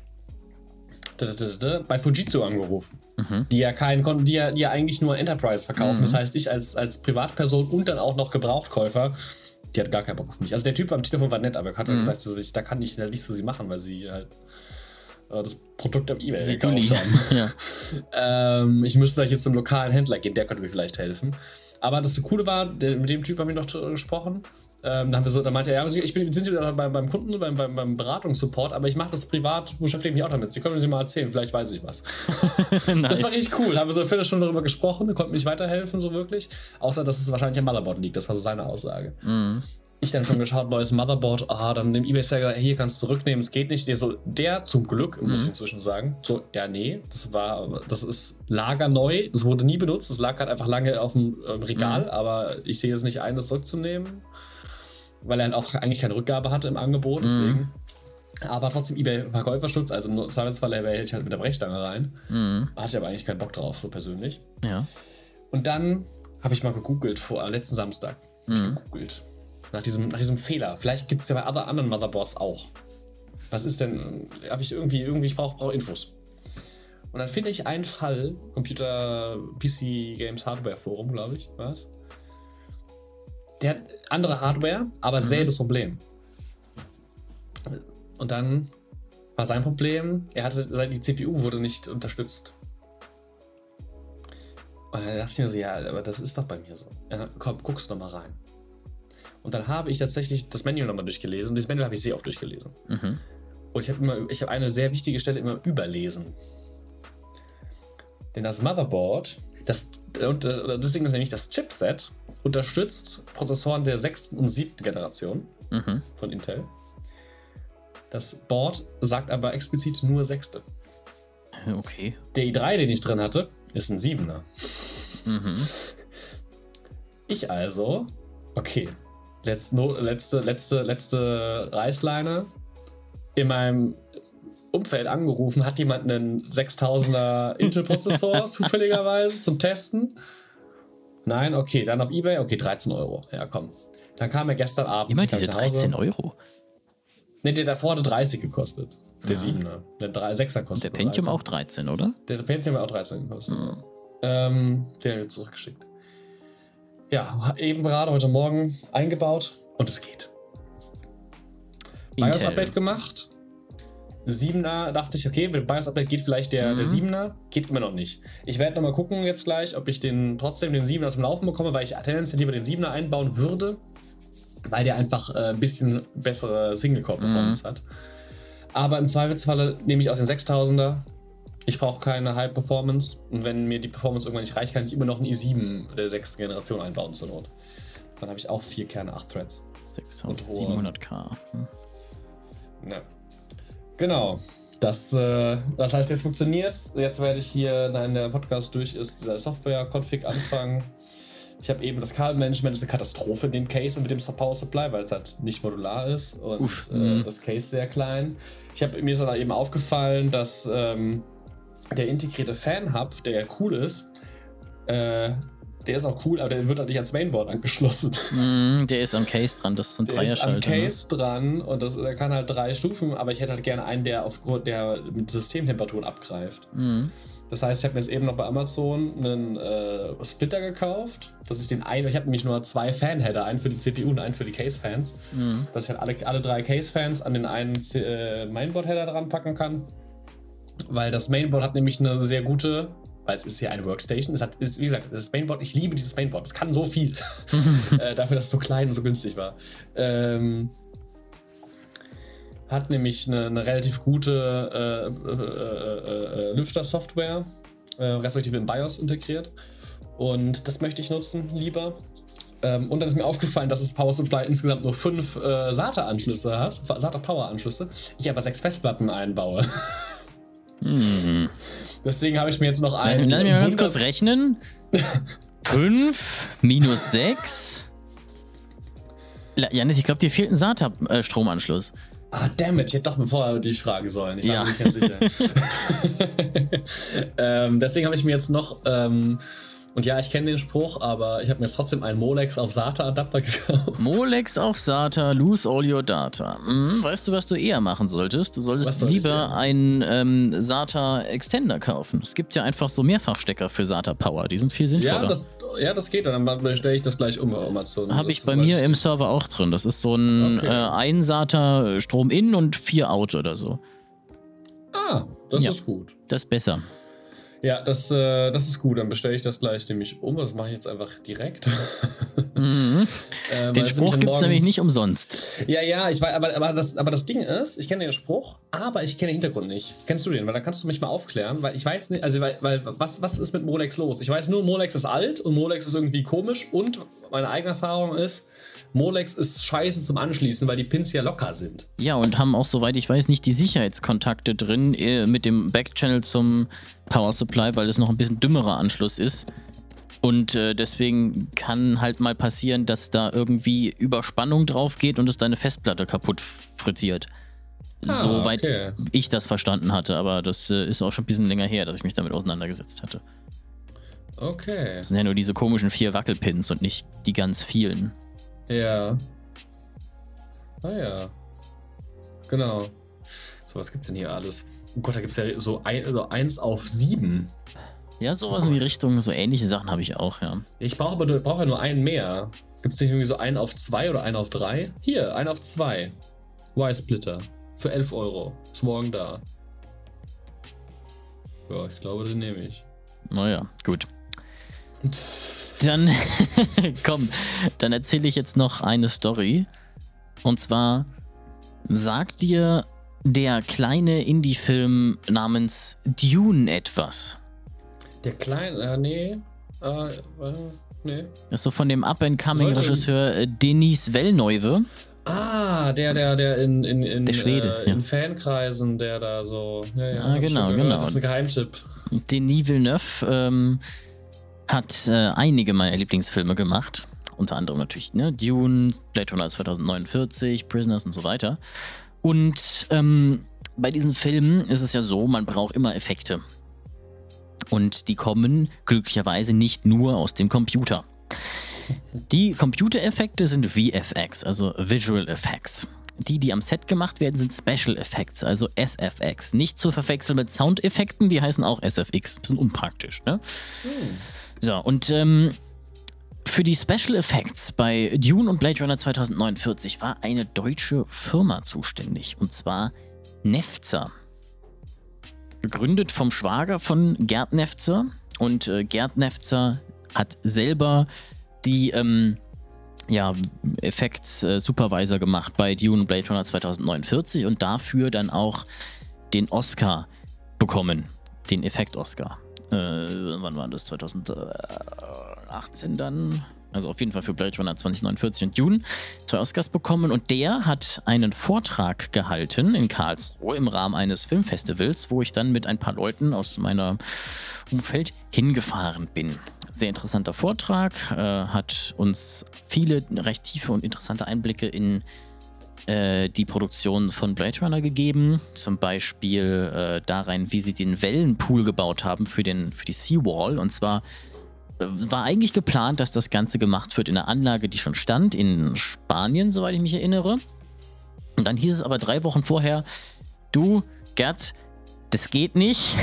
Bei Fujitsu angerufen, mhm. die ja kein, die ja, die ja eigentlich nur Enterprise verkaufen. Mhm. Das heißt, ich als, als Privatperson und dann auch noch Gebrauchtkäufer, die hat gar keinen Bock auf mich. Also der Typ am Telefon war nett, aber er hat mhm. gesagt, so, ich, da kann ich halt nichts für sie machen, weil sie halt äh, das Produkt am eBay
sie
gekauft haben. Ja. ähm, ich müsste da jetzt zum lokalen Händler gehen, der könnte mir vielleicht helfen. Aber das Coole war, der, mit dem Typ haben wir noch gesprochen. Ähm, dann haben wir so, dann meinte er, ja, ich bin, sind ja beim, beim Kunden, beim, beim, beim Beratungssupport, aber ich mache das privat, beschäftige mich auch damit. Sie können mir mal erzählen, vielleicht weiß ich was. Nice. Das war richtig cool. Haben wir so eine Viertelstunde darüber gesprochen, konnten mir nicht weiterhelfen, so wirklich. Außer, dass es wahrscheinlich am Motherboard liegt. Das war so seine Aussage. Mhm. Ich dann schon geschaut, neues Motherboard, ah, dann dem eBay-Seller, hier kannst du zurücknehmen, es geht nicht. Der so, der zum Glück, mhm. muss ich inzwischen sagen, so, ja, nee, das war, das ist lagerneu, das wurde nie benutzt, das lag halt einfach lange auf dem ähm, Regal, mhm. aber ich sehe es nicht ein, das zurückzunehmen. Weil er auch eigentlich keine Rückgabe hatte im Angebot, deswegen. Mhm. Aber trotzdem eBay-Verkäuferschutz, also im Zweifelsfall hält ich halt mit der Brechstange rein. Mhm. Hatte ich aber eigentlich keinen Bock drauf, so persönlich.
Ja.
Und dann habe ich mal gegoogelt, vor letzten Samstag. Mhm. Hab ich gegoogelt. Nach diesem, nach diesem Fehler. Vielleicht gibt es ja bei anderen Motherboards auch. Was ist denn? Habe ich irgendwie, irgendwie, ich brauche brauch Infos. Und dann finde ich einen Fall, Computer P C Games Hardware Forum, glaube ich, was? Der hat andere Hardware, aber mhm. selbes Problem. Und dann war sein Problem, er hatte, die C P U wurde nicht unterstützt. Und dann dachte ich mir so, ja, aber das ist doch bei mir so. Ja, komm, guck's noch mal rein. Und dann habe ich tatsächlich das Manual nochmal durchgelesen. Und dieses Manual habe ich sehr oft durchgelesen. Mhm. Und ich habe immer, ich habe eine sehr wichtige Stelle immer überlesen. Denn das Motherboard, das, und das Ding ist nämlich, das Chipset unterstützt Prozessoren der sechsten und siebten Generation mhm. von Intel. Das Board sagt aber explizit nur sechste.
Okay.
Der i drei, den ich drin hatte, ist ein siebener. Mhm. Ich also, okay, letzte, letzte, letzte, letzte Reißleine in meinem Umfeld angerufen, hat jemand einen sechstausender Intel-Prozessor zufälligerweise zum Testen? Nein, okay, dann auf eBay, okay, dreizehn Euro. Ja, komm. Dann kam er gestern Abend.
Immer diese dreizehn Euro?
Ne, der davor hatte dreißig gekostet. Der ja. siebener. Der sechser kostet.
Und der Pentium dreizehn. Auch dreizehn, oder?
Der Pentium hat auch dreizehn gekostet. Mhm. Ähm, den haben wir zurückgeschickt. Ja, eben gerade heute Morgen eingebaut und es geht. BIOS-Update gemacht. siebener dachte ich, okay, mit BIOS-Update geht vielleicht der, mhm. der siebener. Geht immer noch nicht. Ich werde nochmal gucken jetzt gleich, ob ich den trotzdem den siebener zum Laufen bekomme, weil ich tendenziell lieber den siebener einbauen würde, weil der einfach äh, ein bisschen bessere Single-Core-Performance mhm. hat. Aber im Zweifelsfalle nehme ich aus den sechstausender. Ich brauche keine High-Performance. Und wenn mir die Performance irgendwann nicht reicht, kann ich immer noch einen i sieben der sechsten Generation einbauen zur Not. Dann habe ich auch vier Kerne, acht Threads.
sechstausendsiebenhundert K. Hm.
Ja. Genau. Das, äh, das heißt, jetzt funktioniert's. Jetzt werde ich hier, nein, der Podcast durch ist, der Software-Config anfangen. Ich habe eben das Kabelmanagement, ist eine Katastrophe in dem Case und mit dem Power Supply, weil es halt nicht modular ist und Uff, äh, das Case sehr klein. Ich habe mir ist dann eben aufgefallen, dass ähm, der integrierte Fan-Hub, der cool ist, äh, der ist auch cool, aber der wird halt nicht ans Mainboard angeschlossen.
Mm, der ist am Case dran, das ist ein Dreierschalter.
Der ist am Case ne? dran und das, der kann halt drei Stufen, aber ich hätte halt gerne einen, der aufgrund der mit Systemtemperaturen abgreift. Mm. Das heißt, ich habe mir jetzt eben noch bei Amazon einen äh, Splitter gekauft, dass ich den ein, ich habe nämlich nur zwei Fan-Header, einen für die C P U und einen für die Case-Fans, mhm. dass ich halt alle, alle drei Case-Fans an den einen äh, Mainboard-Header dran packen kann, weil das Mainboard hat nämlich eine sehr gute, weil es ist ja eine Workstation, es hat, ist, wie gesagt, das Mainboard, ich liebe dieses Mainboard, es kann so viel, äh, dafür, dass es so klein und so günstig war. Ähm, hat nämlich eine, eine relativ gute äh, äh, äh, äh, Lüfter-Software, äh, respektive im BIOS integriert. Und das möchte ich nutzen, lieber. Ähm, und dann ist mir aufgefallen, dass das Power Supply insgesamt nur fünf äh, SATA-Anschlüsse hat, SATA-Power-Anschlüsse, ich aber sechs Festplatten einbaue. Hm. Deswegen habe ich mir jetzt noch einen.
Lass mich mal ganz kurz rechnen. fünf minus sechs. Janis, ich glaube, dir fehlt ein SATA-Stromanschluss.
Ah, dammit, ich hätte doch bevor die fragen sollen. Ich war ja. mir nicht ganz sicher. ähm, deswegen habe ich mir jetzt noch, ähm, und ja, ich kenne den Spruch, aber ich habe mir jetzt trotzdem einen Molex auf SATA-Adapter gekauft.
Molex auf SATA, lose all your data. Hm, weißt du, was du eher machen solltest? Du solltest soll lieber ich, ja? einen ähm, SATA-Extender kaufen. Es gibt ja einfach so Mehrfachstecker für SATA-Power, die sind viel sinnvoller.
Ja, das, ja, das geht, dann bestelle ich das gleich um bei Amazon.
Habe ich bei mir im Server auch drin. Das ist so ein okay. äh, ein SATA Strom in und vier out oder so.
Ah, das ja, ist gut.
Das ist besser.
Ja, das, äh, das ist gut. Dann bestelle ich das gleich nämlich um. Das mache ich jetzt einfach direkt.
Mhm. äh, den Spruch gibt es nämlich nicht umsonst.
Ja, ja, ich weiß, aber, aber, das, aber das Ding ist, ich kenne den Spruch, aber ich kenne den Hintergrund nicht. Kennst du den? Weil dann kannst du mich mal aufklären, weil ich weiß nicht, also weil, weil was, was ist mit Molex los? Ich weiß nur, Molex ist alt und Molex ist irgendwie komisch und meine eigene Erfahrung ist, Molex ist scheiße zum Anschließen, weil die Pins ja locker sind.
Ja, und haben auch, soweit ich weiß, nicht die Sicherheitskontakte drin äh, mit dem Backchannel zum Power Supply, weil es noch ein bisschen dümmerer Anschluss ist. Und äh, deswegen kann halt mal passieren, dass da irgendwie Überspannung drauf geht und es deine Festplatte kaputt frittiert. Ah, Soweit okay. ich das verstanden hatte, aber das äh, ist auch schon ein bisschen länger her, dass ich mich damit auseinandergesetzt hatte.
Okay.
Das sind ja nur diese komischen vier Wackelpins und nicht die ganz vielen.
Ja. Ah ja. Genau. So, was gibt's denn hier alles? Oh Gott, da gibt es ja so, ein, so eins auf sieben.
Ja, sowas oh in die Richtung, so ähnliche Sachen habe ich auch, ja.
Ich brauche aber brauch ja nur einen mehr. Gibt es nicht irgendwie so einen auf zwei oder einen auf drei? Hier, einen auf zwei. Y-Splitter. Für elf Euro. Ist morgen da. Ja, ich glaube, den nehme ich.
Naja, gut. Dann, komm, dann erzähle ich jetzt noch eine Story. Und zwar sagt dir der kleine Indie-Film namens Dune etwas?
Der kleine, äh, nee. Äh, äh, nee.
Das ist so von dem Up-and-Coming-Regisseur äh, Denis Villeneuve.
Ah, der, der, der in, in, in,
der Schwede,
äh, in ja. Fankreisen, der da so. Ja, ja,
ah, genau, genau.
Das ist ein Geheimtipp.
Denis Villeneuve ähm, hat äh, einige meiner Lieblingsfilme gemacht. Unter anderem natürlich ne, Dune, Blade Runner zwanzig neunundvierzig, Prisoners und so weiter. Und ähm, bei diesen Filmen ist es ja so, man braucht immer Effekte. Und die kommen glücklicherweise nicht nur aus dem Computer. Die Computereffekte sind V F X, also Visual Effects. Die, die am Set gemacht werden, sind Special Effects, also S F X. Nicht zu verwechseln mit Soundeffekten, die heißen auch S F X. Bisschen unpraktisch, ne? Hm. So, und ähm, für die Special Effects bei Dune und Blade Runner zwanzig neunundvierzig war eine deutsche Firma zuständig. Und zwar Nefzer. Gegründet vom Schwager von Gerd Nefzer. Und äh, Gerd Nefzer hat selber die ähm, ja, Effekts-Supervisor gemacht bei Dune und Blade Runner zwanzig neunundvierzig und dafür dann auch den Oscar bekommen. Den Effekt-Oscar. Äh, wann war das? zwanzig achtzehn dann? Also auf jeden Fall für Blade Runner zwanzig neunundvierzig und Dune zwei Oscars bekommen und der hat einen Vortrag gehalten in Karlsruhe im Rahmen eines Filmfestivals, wo ich dann mit ein paar Leuten aus meinem Umfeld hingefahren bin. Sehr interessanter Vortrag, äh, hat uns viele recht tiefe und interessante Einblicke in äh, die Produktion von Blade Runner gegeben. Zum Beispiel äh, da rein, wie sie den Wellenpool gebaut haben für, den, für die Seawall. Und zwar äh, war eigentlich geplant, dass das Ganze gemacht wird in einer Anlage, die schon stand, in Spanien, soweit ich mich erinnere. Und dann hieß es aber drei Wochen vorher, du, Gerd, das geht nicht.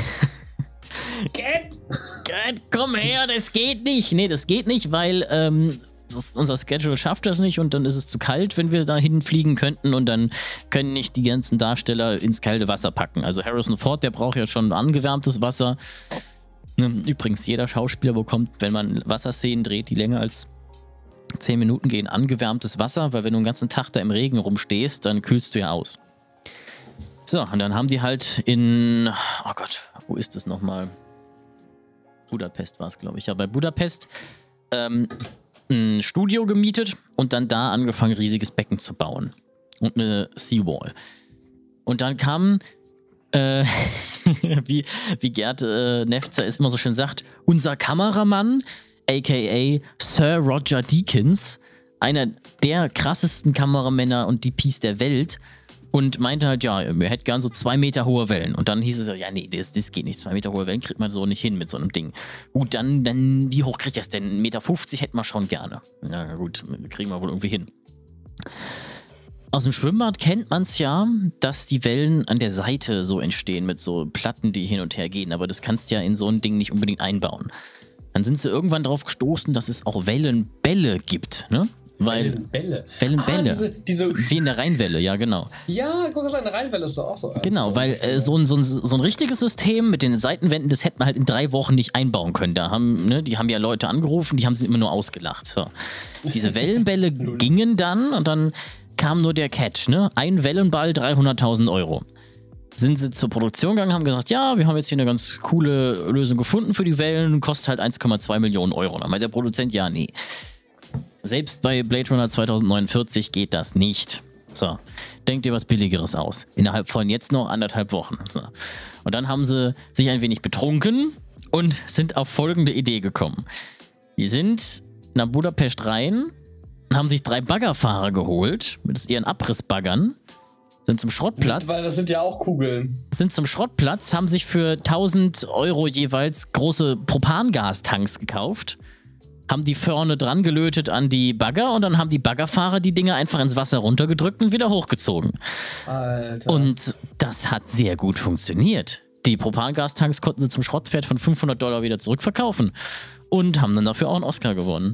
Gerd!
Gerd, komm her, das geht nicht. Nee, das geht nicht, weil ähm, das, unser Schedule schafft das nicht und dann ist es zu kalt, wenn wir da hinfliegen könnten und dann können nicht die ganzen Darsteller ins kalte Wasser packen. Also Harrison Ford, der braucht ja schon angewärmtes Wasser. Übrigens, jeder Schauspieler bekommt, wenn man Wasserszenen dreht, die länger als zehn Minuten gehen, angewärmtes Wasser, weil wenn du den ganzen Tag da im Regen rumstehst, dann kühlst du ja aus. So, und dann haben die halt in, oh Gott, wo ist das nochmal? Budapest war es, glaube ich. Ja, bei Budapest ähm, ein Studio gemietet und dann da angefangen, ein riesiges Becken zu bauen. Und eine Seawall. Und dann kam, äh, wie, wie Gerd äh, Nefzer es immer so schön sagt, unser Kameramann, aka Sir Roger Deakins, einer der krassesten Kameramänner und D Ps der Welt, und meinte halt, ja, er hätte gern so zwei Meter hohe Wellen. Und dann hieß es ja, nee, das, das geht nicht. Zwei Meter hohe Wellen kriegt man so nicht hin mit so einem Ding. Gut, dann, dann wie hoch kriegt er es denn? eins Komma fünfzig Meter hätten wir schon gerne. Na gut, kriegen wir wohl irgendwie hin. Aus dem Schwimmbad kennt man es ja, dass die Wellen an der Seite so entstehen mit so Platten, die hin und her gehen. Aber das kannst du ja in so ein Ding nicht unbedingt einbauen. Dann sind sie irgendwann drauf gestoßen, dass es auch Wellenbälle gibt, ne? Weil
Wellenbälle.
Wellenbälle.
Ah, diese, diese
Wie in der Rheinwelle, ja, genau.
Ja, guck mal, eine Rheinwelle ist doch auch so.
Genau, weil äh, so, ein, so, ein, so ein richtiges System mit den Seitenwänden, das hätte man halt in drei Wochen nicht einbauen können. Da haben, ne, die haben ja Leute angerufen, die haben sie immer nur ausgelacht. So. Diese Wellenbälle gingen dann und dann kam nur der Catch, ne? Ein Wellenball, dreihunderttausend Euro. Sind sie zur Produktion gegangen, haben gesagt, ja, wir haben jetzt hier eine ganz coole Lösung gefunden für die Wellen, kostet halt eins Komma zwei Millionen Euro. Dann meint der Produzent, ja, nee. Selbst bei Blade Runner zwanzig neunundvierzig geht das nicht. So, denkt ihr was Billigeres aus. Innerhalb von jetzt noch anderthalb Wochen. So. Und dann haben sie sich ein wenig betrunken und sind auf folgende Idee gekommen. Die sind nach Budapest rein, haben sich drei Baggerfahrer geholt mit ihren Abrissbaggern, sind zum Schrottplatz.
Weil das sind ja auch Kugeln.
Sind zum Schrottplatz, haben sich für tausend Euro jeweils große Propangastanks gekauft. haben die vorne dran gelötet an die Bagger und dann haben die Baggerfahrer die Dinger einfach ins Wasser runtergedrückt und wieder hochgezogen.
Alter.
Und das hat sehr gut funktioniert. Die Propangastanks konnten sie zum Schrottwert von fünfhundert Dollar wieder zurückverkaufen und haben dann dafür auch einen Oscar gewonnen.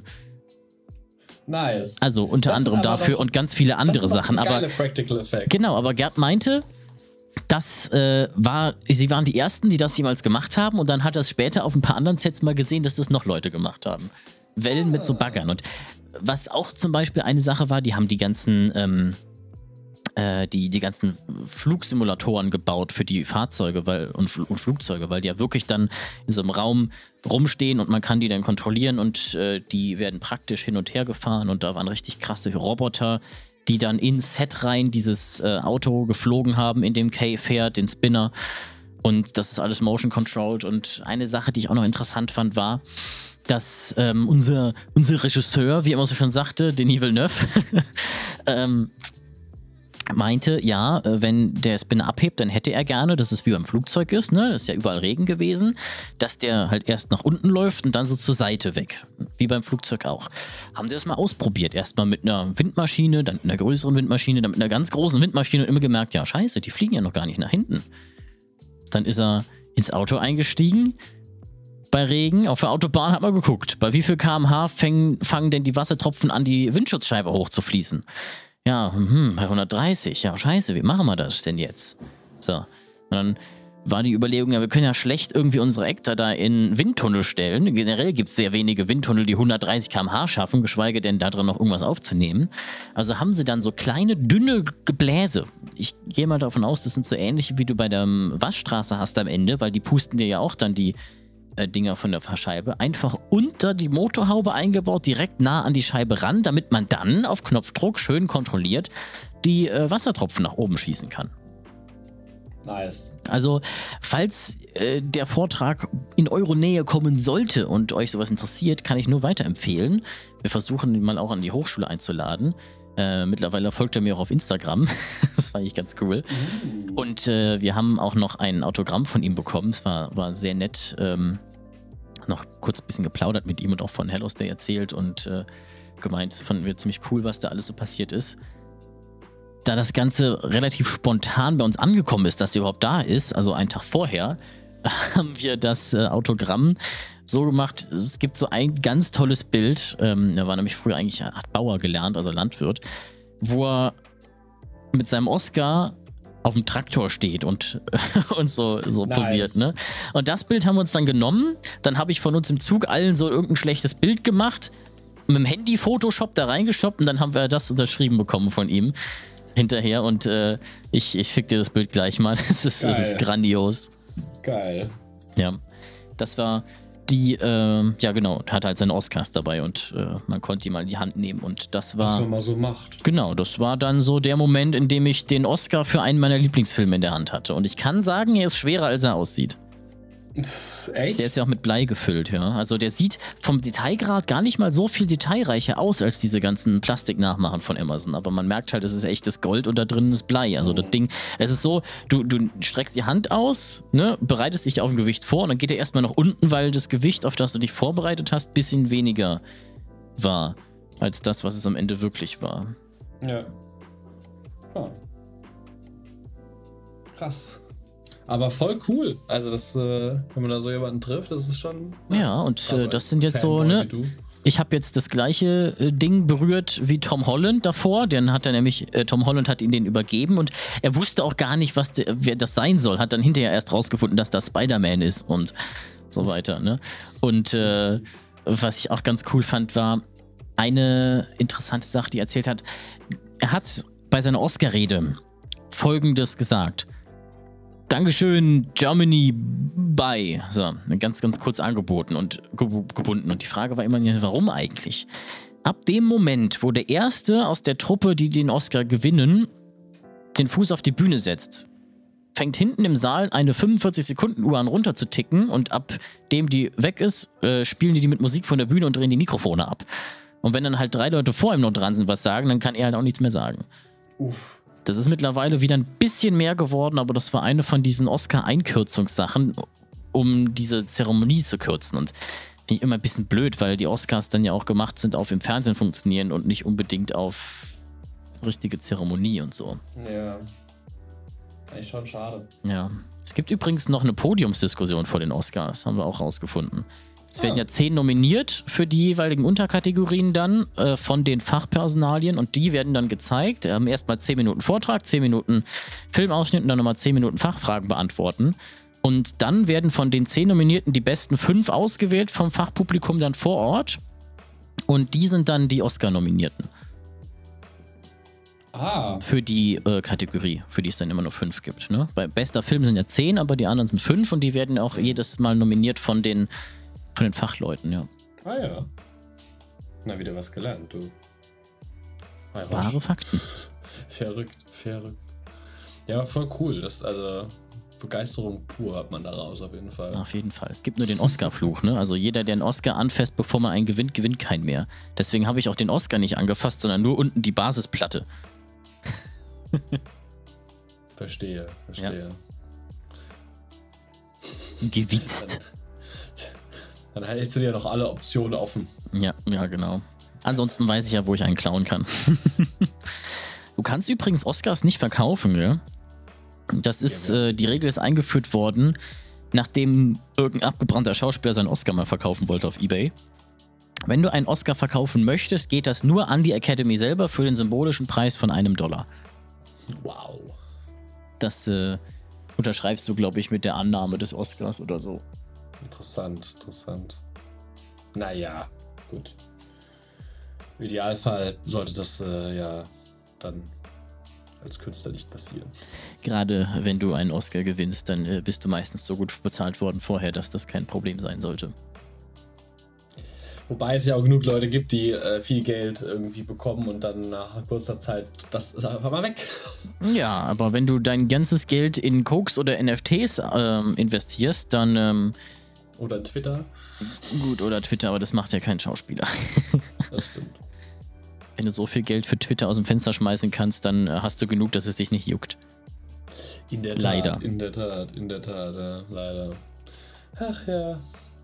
Nice.
Also unter
das
anderem dafür
doch,
und ganz viele andere
das
Sachen.
Geile
Aber
Practical Effects.
Genau, aber Gerd meinte, das äh, war, sie waren die Ersten, die das jemals gemacht haben und dann hat er es später auf ein paar anderen Sets mal gesehen, dass das noch Leute gemacht haben. Wellen ah. mit so Baggern. Und was auch zum Beispiel eine Sache war, die haben die ganzen ähm, äh, die, die ganzen Flugsimulatoren gebaut für die Fahrzeuge weil, und, und Flugzeuge, weil die ja wirklich dann in so einem Raum rumstehen und man kann die dann kontrollieren und äh, die werden praktisch hin und her gefahren und da waren richtig krasse Roboter, die dann ins Set rein dieses äh, Auto geflogen haben, in dem Kay fährt, den Spinner. Und das ist alles motion controlled. Und eine Sache, die ich auch noch interessant fand, war, dass ähm, unser, unser Regisseur, wie er immer so schon sagte, Denis Villeneuve, ähm, meinte, ja, wenn der Spinner abhebt, dann hätte er gerne, dass es wie beim Flugzeug ist, ne, das ist ja überall Regen gewesen, dass der halt erst nach unten läuft und dann so zur Seite weg, wie beim Flugzeug auch. Haben sie das mal ausprobiert, erstmal mit einer Windmaschine, dann mit einer größeren Windmaschine, dann mit einer ganz großen Windmaschine und immer gemerkt, ja scheiße, die fliegen ja noch gar nicht nach hinten. Dann ist er ins Auto eingestiegen, bei Regen, auf der Autobahn hat man geguckt, bei wie viel Kilometer pro Stunde fangen, fangen denn die Wassertropfen an, die Windschutzscheibe hochzufließen. Ja, hm, bei hundertdreißig, ja scheiße, wie machen wir das denn jetzt? So, und dann war die Überlegung, ja, wir können ja schlecht irgendwie unsere Ektar da in Windtunnel stellen. Generell gibt es sehr wenige Windtunnel, die hundertdreißig Kilometer pro Stunde schaffen, geschweige denn da drin noch irgendwas aufzunehmen. Also haben sie dann so kleine, dünne Gebläse. Ich gehe mal davon aus, das sind so ähnliche, wie du bei der Waschstraße hast am Ende, weil die pusten dir ja auch dann die äh, Dinger von der Fahrscheibe einfach unter die Motorhaube eingebaut, direkt nah an die Scheibe ran, damit man dann auf Knopfdruck schön kontrolliert die äh, Wassertropfen nach oben schießen kann.
Nice.
Also, falls äh, der Vortrag in eure Nähe kommen sollte und euch sowas interessiert, kann ich nur weiterempfehlen. Wir versuchen ihn mal auch an die Hochschule einzuladen. Äh, mittlerweile folgt er mir auch auf Instagram. Das fand ich ganz cool. Mm. Und äh, wir haben auch noch ein Autogramm von ihm bekommen. Es war, war sehr nett. Ähm, noch kurz ein bisschen geplaudert mit ihm und auch von Hellos Day erzählt und äh, gemeint, das fanden wir ziemlich cool, was da alles so passiert ist. Da das Ganze relativ spontan bei uns angekommen ist, dass er überhaupt da ist, also einen Tag vorher, haben wir das äh, Autogramm so gemacht, es gibt so ein ganz tolles Bild, ähm, er war nämlich früher eigentlich, hat Bauer gelernt, also Landwirt, wo er mit seinem Oscar auf dem Traktor steht und, und so, so nice. Posiert, ne? Und das Bild haben wir uns dann genommen, dann habe ich von uns im Zug allen so irgendein schlechtes Bild gemacht, mit dem Handy Photoshop da reingeshoppt und dann haben wir das unterschrieben bekommen von ihm hinterher und äh, ich, ich schick dir das Bild gleich mal. Das ist, das ist grandios.
Geil.
Ja, das war die, äh, ja genau, hat halt seine Oscars dabei und äh, man konnte die mal in die Hand nehmen und das war...
Was man mal so macht.
Genau, das war dann so der Moment, in dem ich den Oscar für einen meiner Lieblingsfilme in der Hand hatte und ich kann sagen, er ist schwerer, als er aussieht.
Echt?
Der ist ja auch mit Blei gefüllt, ja. Also der sieht vom Detailgrad gar nicht mal so viel detailreicher aus als diese ganzen Plastiknachmachen von Amazon. Aber man merkt halt, es ist echtes Gold und da drin ist Blei. Also das Ding, es ist so, du, du streckst die Hand aus, ne, bereitest dich auf ein Gewicht vor und dann geht er erstmal nach unten, weil das Gewicht, auf das du dich vorbereitet hast, ein bisschen weniger war als das, was es am Ende wirklich war.
Ja. Oh. Krass. Aber voll cool. Also, das, äh, wenn man da so jemanden trifft, das ist schon.
Ja, und äh, das sind jetzt so, ne? Ich habe jetzt das gleiche äh, Ding berührt wie Tom Holland davor. Den hat er nämlich, äh, Tom Holland hat ihn den übergeben und er wusste auch gar nicht, was de, wer das sein soll. Hat dann hinterher erst rausgefunden, dass das Spider-Man ist und so weiter, ne? Und äh, was ich auch ganz cool fand, war eine interessante Sache, die er erzählt hat. Er hat bei seiner Oscar-Rede Folgendes gesagt. Dankeschön, Germany, bye. So, ganz, ganz kurz angeboten und ge- gebunden. Und die Frage war immer, warum eigentlich? Ab dem Moment, wo der Erste aus der Truppe, die den Oscar gewinnen, den Fuß auf die Bühne setzt, fängt hinten im Saal eine fünfundvierzig Sekunden Uhr an runter zu ticken und ab dem die weg ist, äh, spielen die die mit Musik von der Bühne und drehen die Mikrofone ab. Und wenn dann halt drei Leute vor ihm noch dran sind, was sagen, dann kann er halt auch nichts mehr sagen.
Uff.
Das ist mittlerweile wieder ein bisschen mehr geworden, aber das war eine von diesen Oscar-Einkürzungssachen, um diese Zeremonie zu kürzen. Und Finde ich immer ein bisschen blöd, weil die Oscars dann ja auch gemacht sind, auf im Fernsehen funktionieren und nicht unbedingt auf richtige Zeremonie und so.
Ja. Eigentlich schon schade.
Ja. Es gibt übrigens noch eine Podiumsdiskussion vor den Oscars, haben wir auch rausgefunden. Es werden
Ah.
ja zehn nominiert für die jeweiligen Unterkategorien dann äh, von den Fachpersonalien und die werden dann gezeigt. Ähm, Erstmal zehn Minuten Vortrag, zehn Minuten Filmausschnitt und dann nochmal zehn Minuten Fachfragen beantworten. Und dann werden von den zehn Nominierten die besten fünf ausgewählt vom Fachpublikum dann vor Ort. Und die sind dann die Oscar-Nominierten.
Ah.
Für die äh, Kategorie, für die es dann immer nur fünf gibt. Ne? Bei bester Film sind ja zehn, aber die anderen sind fünf und die werden auch jedes Mal nominiert von den, von den Fachleuten, ja.
Ah ja. Na, wieder was gelernt, du. Ah,
Wahre Fakten.
Verrückt, verrückt. Ja, aber voll cool. Das, also, Begeisterung pur hat man daraus auf jeden Fall.
Auf jeden Fall. Es gibt nur den Oscar-Fluch, ne? Also jeder, der einen Oscar anfasst, bevor man einen gewinnt, gewinnt keinen mehr. Deswegen habe ich auch den Oscar nicht angefasst, sondern nur unten die Basisplatte.
Verstehe, verstehe.
Ja. Gewitzt.
Dann, dann hältst du dir noch alle Optionen offen.
Ja, ja, genau. Ansonsten weiß ich ja, wo ich einen klauen kann. Du kannst übrigens Oscars nicht verkaufen, gell? Das ist, äh, die Regel ist eingeführt worden, nachdem irgendein abgebrannter Schauspieler seinen Oscar mal verkaufen wollte auf eBay. Wenn du einen Oscar verkaufen möchtest, geht das nur an die Academy selber für den symbolischen Preis von einem Dollar.
Wow.
Das äh, unterschreibst du, glaube ich, mit der Annahme des Oscars oder so.
Interessant, interessant. Naja, gut. Im Idealfall sollte das äh, ja dann als Künstler nicht passieren.
Gerade wenn du einen Oscar gewinnst, dann äh, bist du meistens so gut bezahlt worden vorher, dass das kein Problem sein sollte.
Wobei es ja auch genug Leute gibt, die äh, viel Geld irgendwie bekommen und dann nach kurzer Zeit, das ist einfach mal weg.
Ja, aber wenn du dein ganzes Geld in Koks oder N F Ts ähm, investierst, dann ähm,
oder Twitter.
Gut, oder Twitter, aber das macht ja kein Schauspieler.
Das stimmt.
Wenn du so viel Geld für Twitter aus dem Fenster schmeißen kannst, dann äh, hast du genug, dass es dich nicht juckt.
In der Tat,
leider.
in der Tat, in der Tat, ja, leider. Ach ja.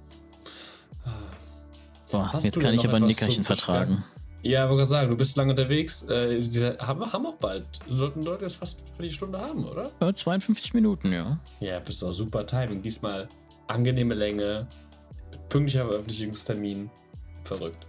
Boah,
Hast
jetzt
du
kann
denn
ich
noch
aber ein
etwas
Nickerchen
zum
vertragen.
Beschweren? Ja, ich wollte gerade sagen, du bist lange unterwegs. Äh, wir haben, haben auch bald. Wir sollten Leute jetzt fast für die Stunde haben, oder?
Ja, zweiundfünfzig Minuten, ja.
Ja, bist doch super Timing. Diesmal angenehme Länge, pünktlicher Veröffentlichungstermin. Verrückt.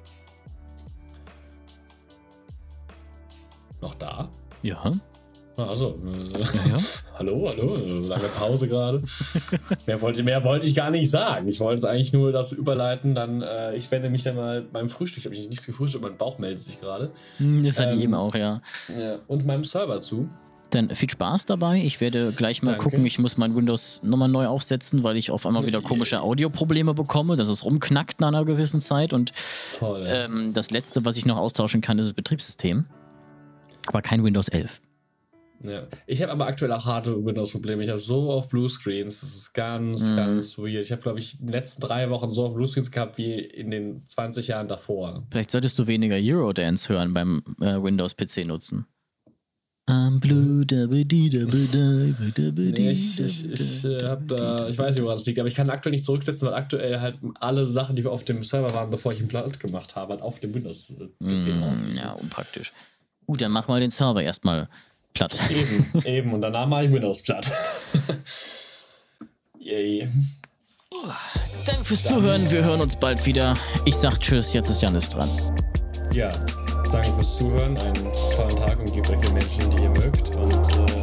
Noch da?
Ja.
Achso.
Ja, ja.
Hallo, hallo. Lange Pause gerade. mehr, wollte, mehr wollte ich gar nicht sagen. Ich wollte es eigentlich nur das überleiten. Dann, äh, ich wende mich dann mal beim Frühstück. Ich habe nichts gefrühstückt, mein Bauch meldet sich gerade.
Das hatte
Ähm,
ich eben auch, ja.
Ja, und meinem Server zu.
Dann viel Spaß dabei. Ich werde gleich mal
Danke.
gucken. Ich muss mein Windows nochmal neu aufsetzen, weil ich auf einmal wieder komische Audioprobleme bekomme, dass es rumknackt nach einer gewissen Zeit. Und
Toll.
ähm, das letzte, was ich noch austauschen kann, ist das Betriebssystem. Aber kein Windows elf.
Ja. Ich habe aber aktuell auch harte Windows-Probleme. Ich habe so oft Bluescreens. Das ist ganz,
Mhm.
ganz weird. Ich habe, glaube ich, in den letzten drei Wochen so oft Bluescreens gehabt wie in den zwanzig Jahren davor.
Vielleicht solltest du weniger Eurodance hören beim äh, Windows-P C nutzen. I'm blue, da ba di, da ba da, ba da ba di,
Nee, ich, ich, ich, äh, hab da, ich weiß nicht, woran es liegt, aber ich kann aktuell nicht zurücksetzen, weil aktuell halt alle Sachen, die auf dem Server waren, bevor ich ihn platt gemacht habe, halt auf dem Windows-P C drauf.
Mm, ja, unpraktisch. Gut, dann mach mal den Server erstmal platt.
Eben, eben. Und danach mache ich Windows platt. Yay.
Danke fürs Zuhören. Wir hören uns bald wieder. Ich sag Tschüss, jetzt ist Janis dran.
Ja, danke fürs Zuhören. Einen tollen Tag und gebt euch den Menschen, die ihr mögt. Und äh,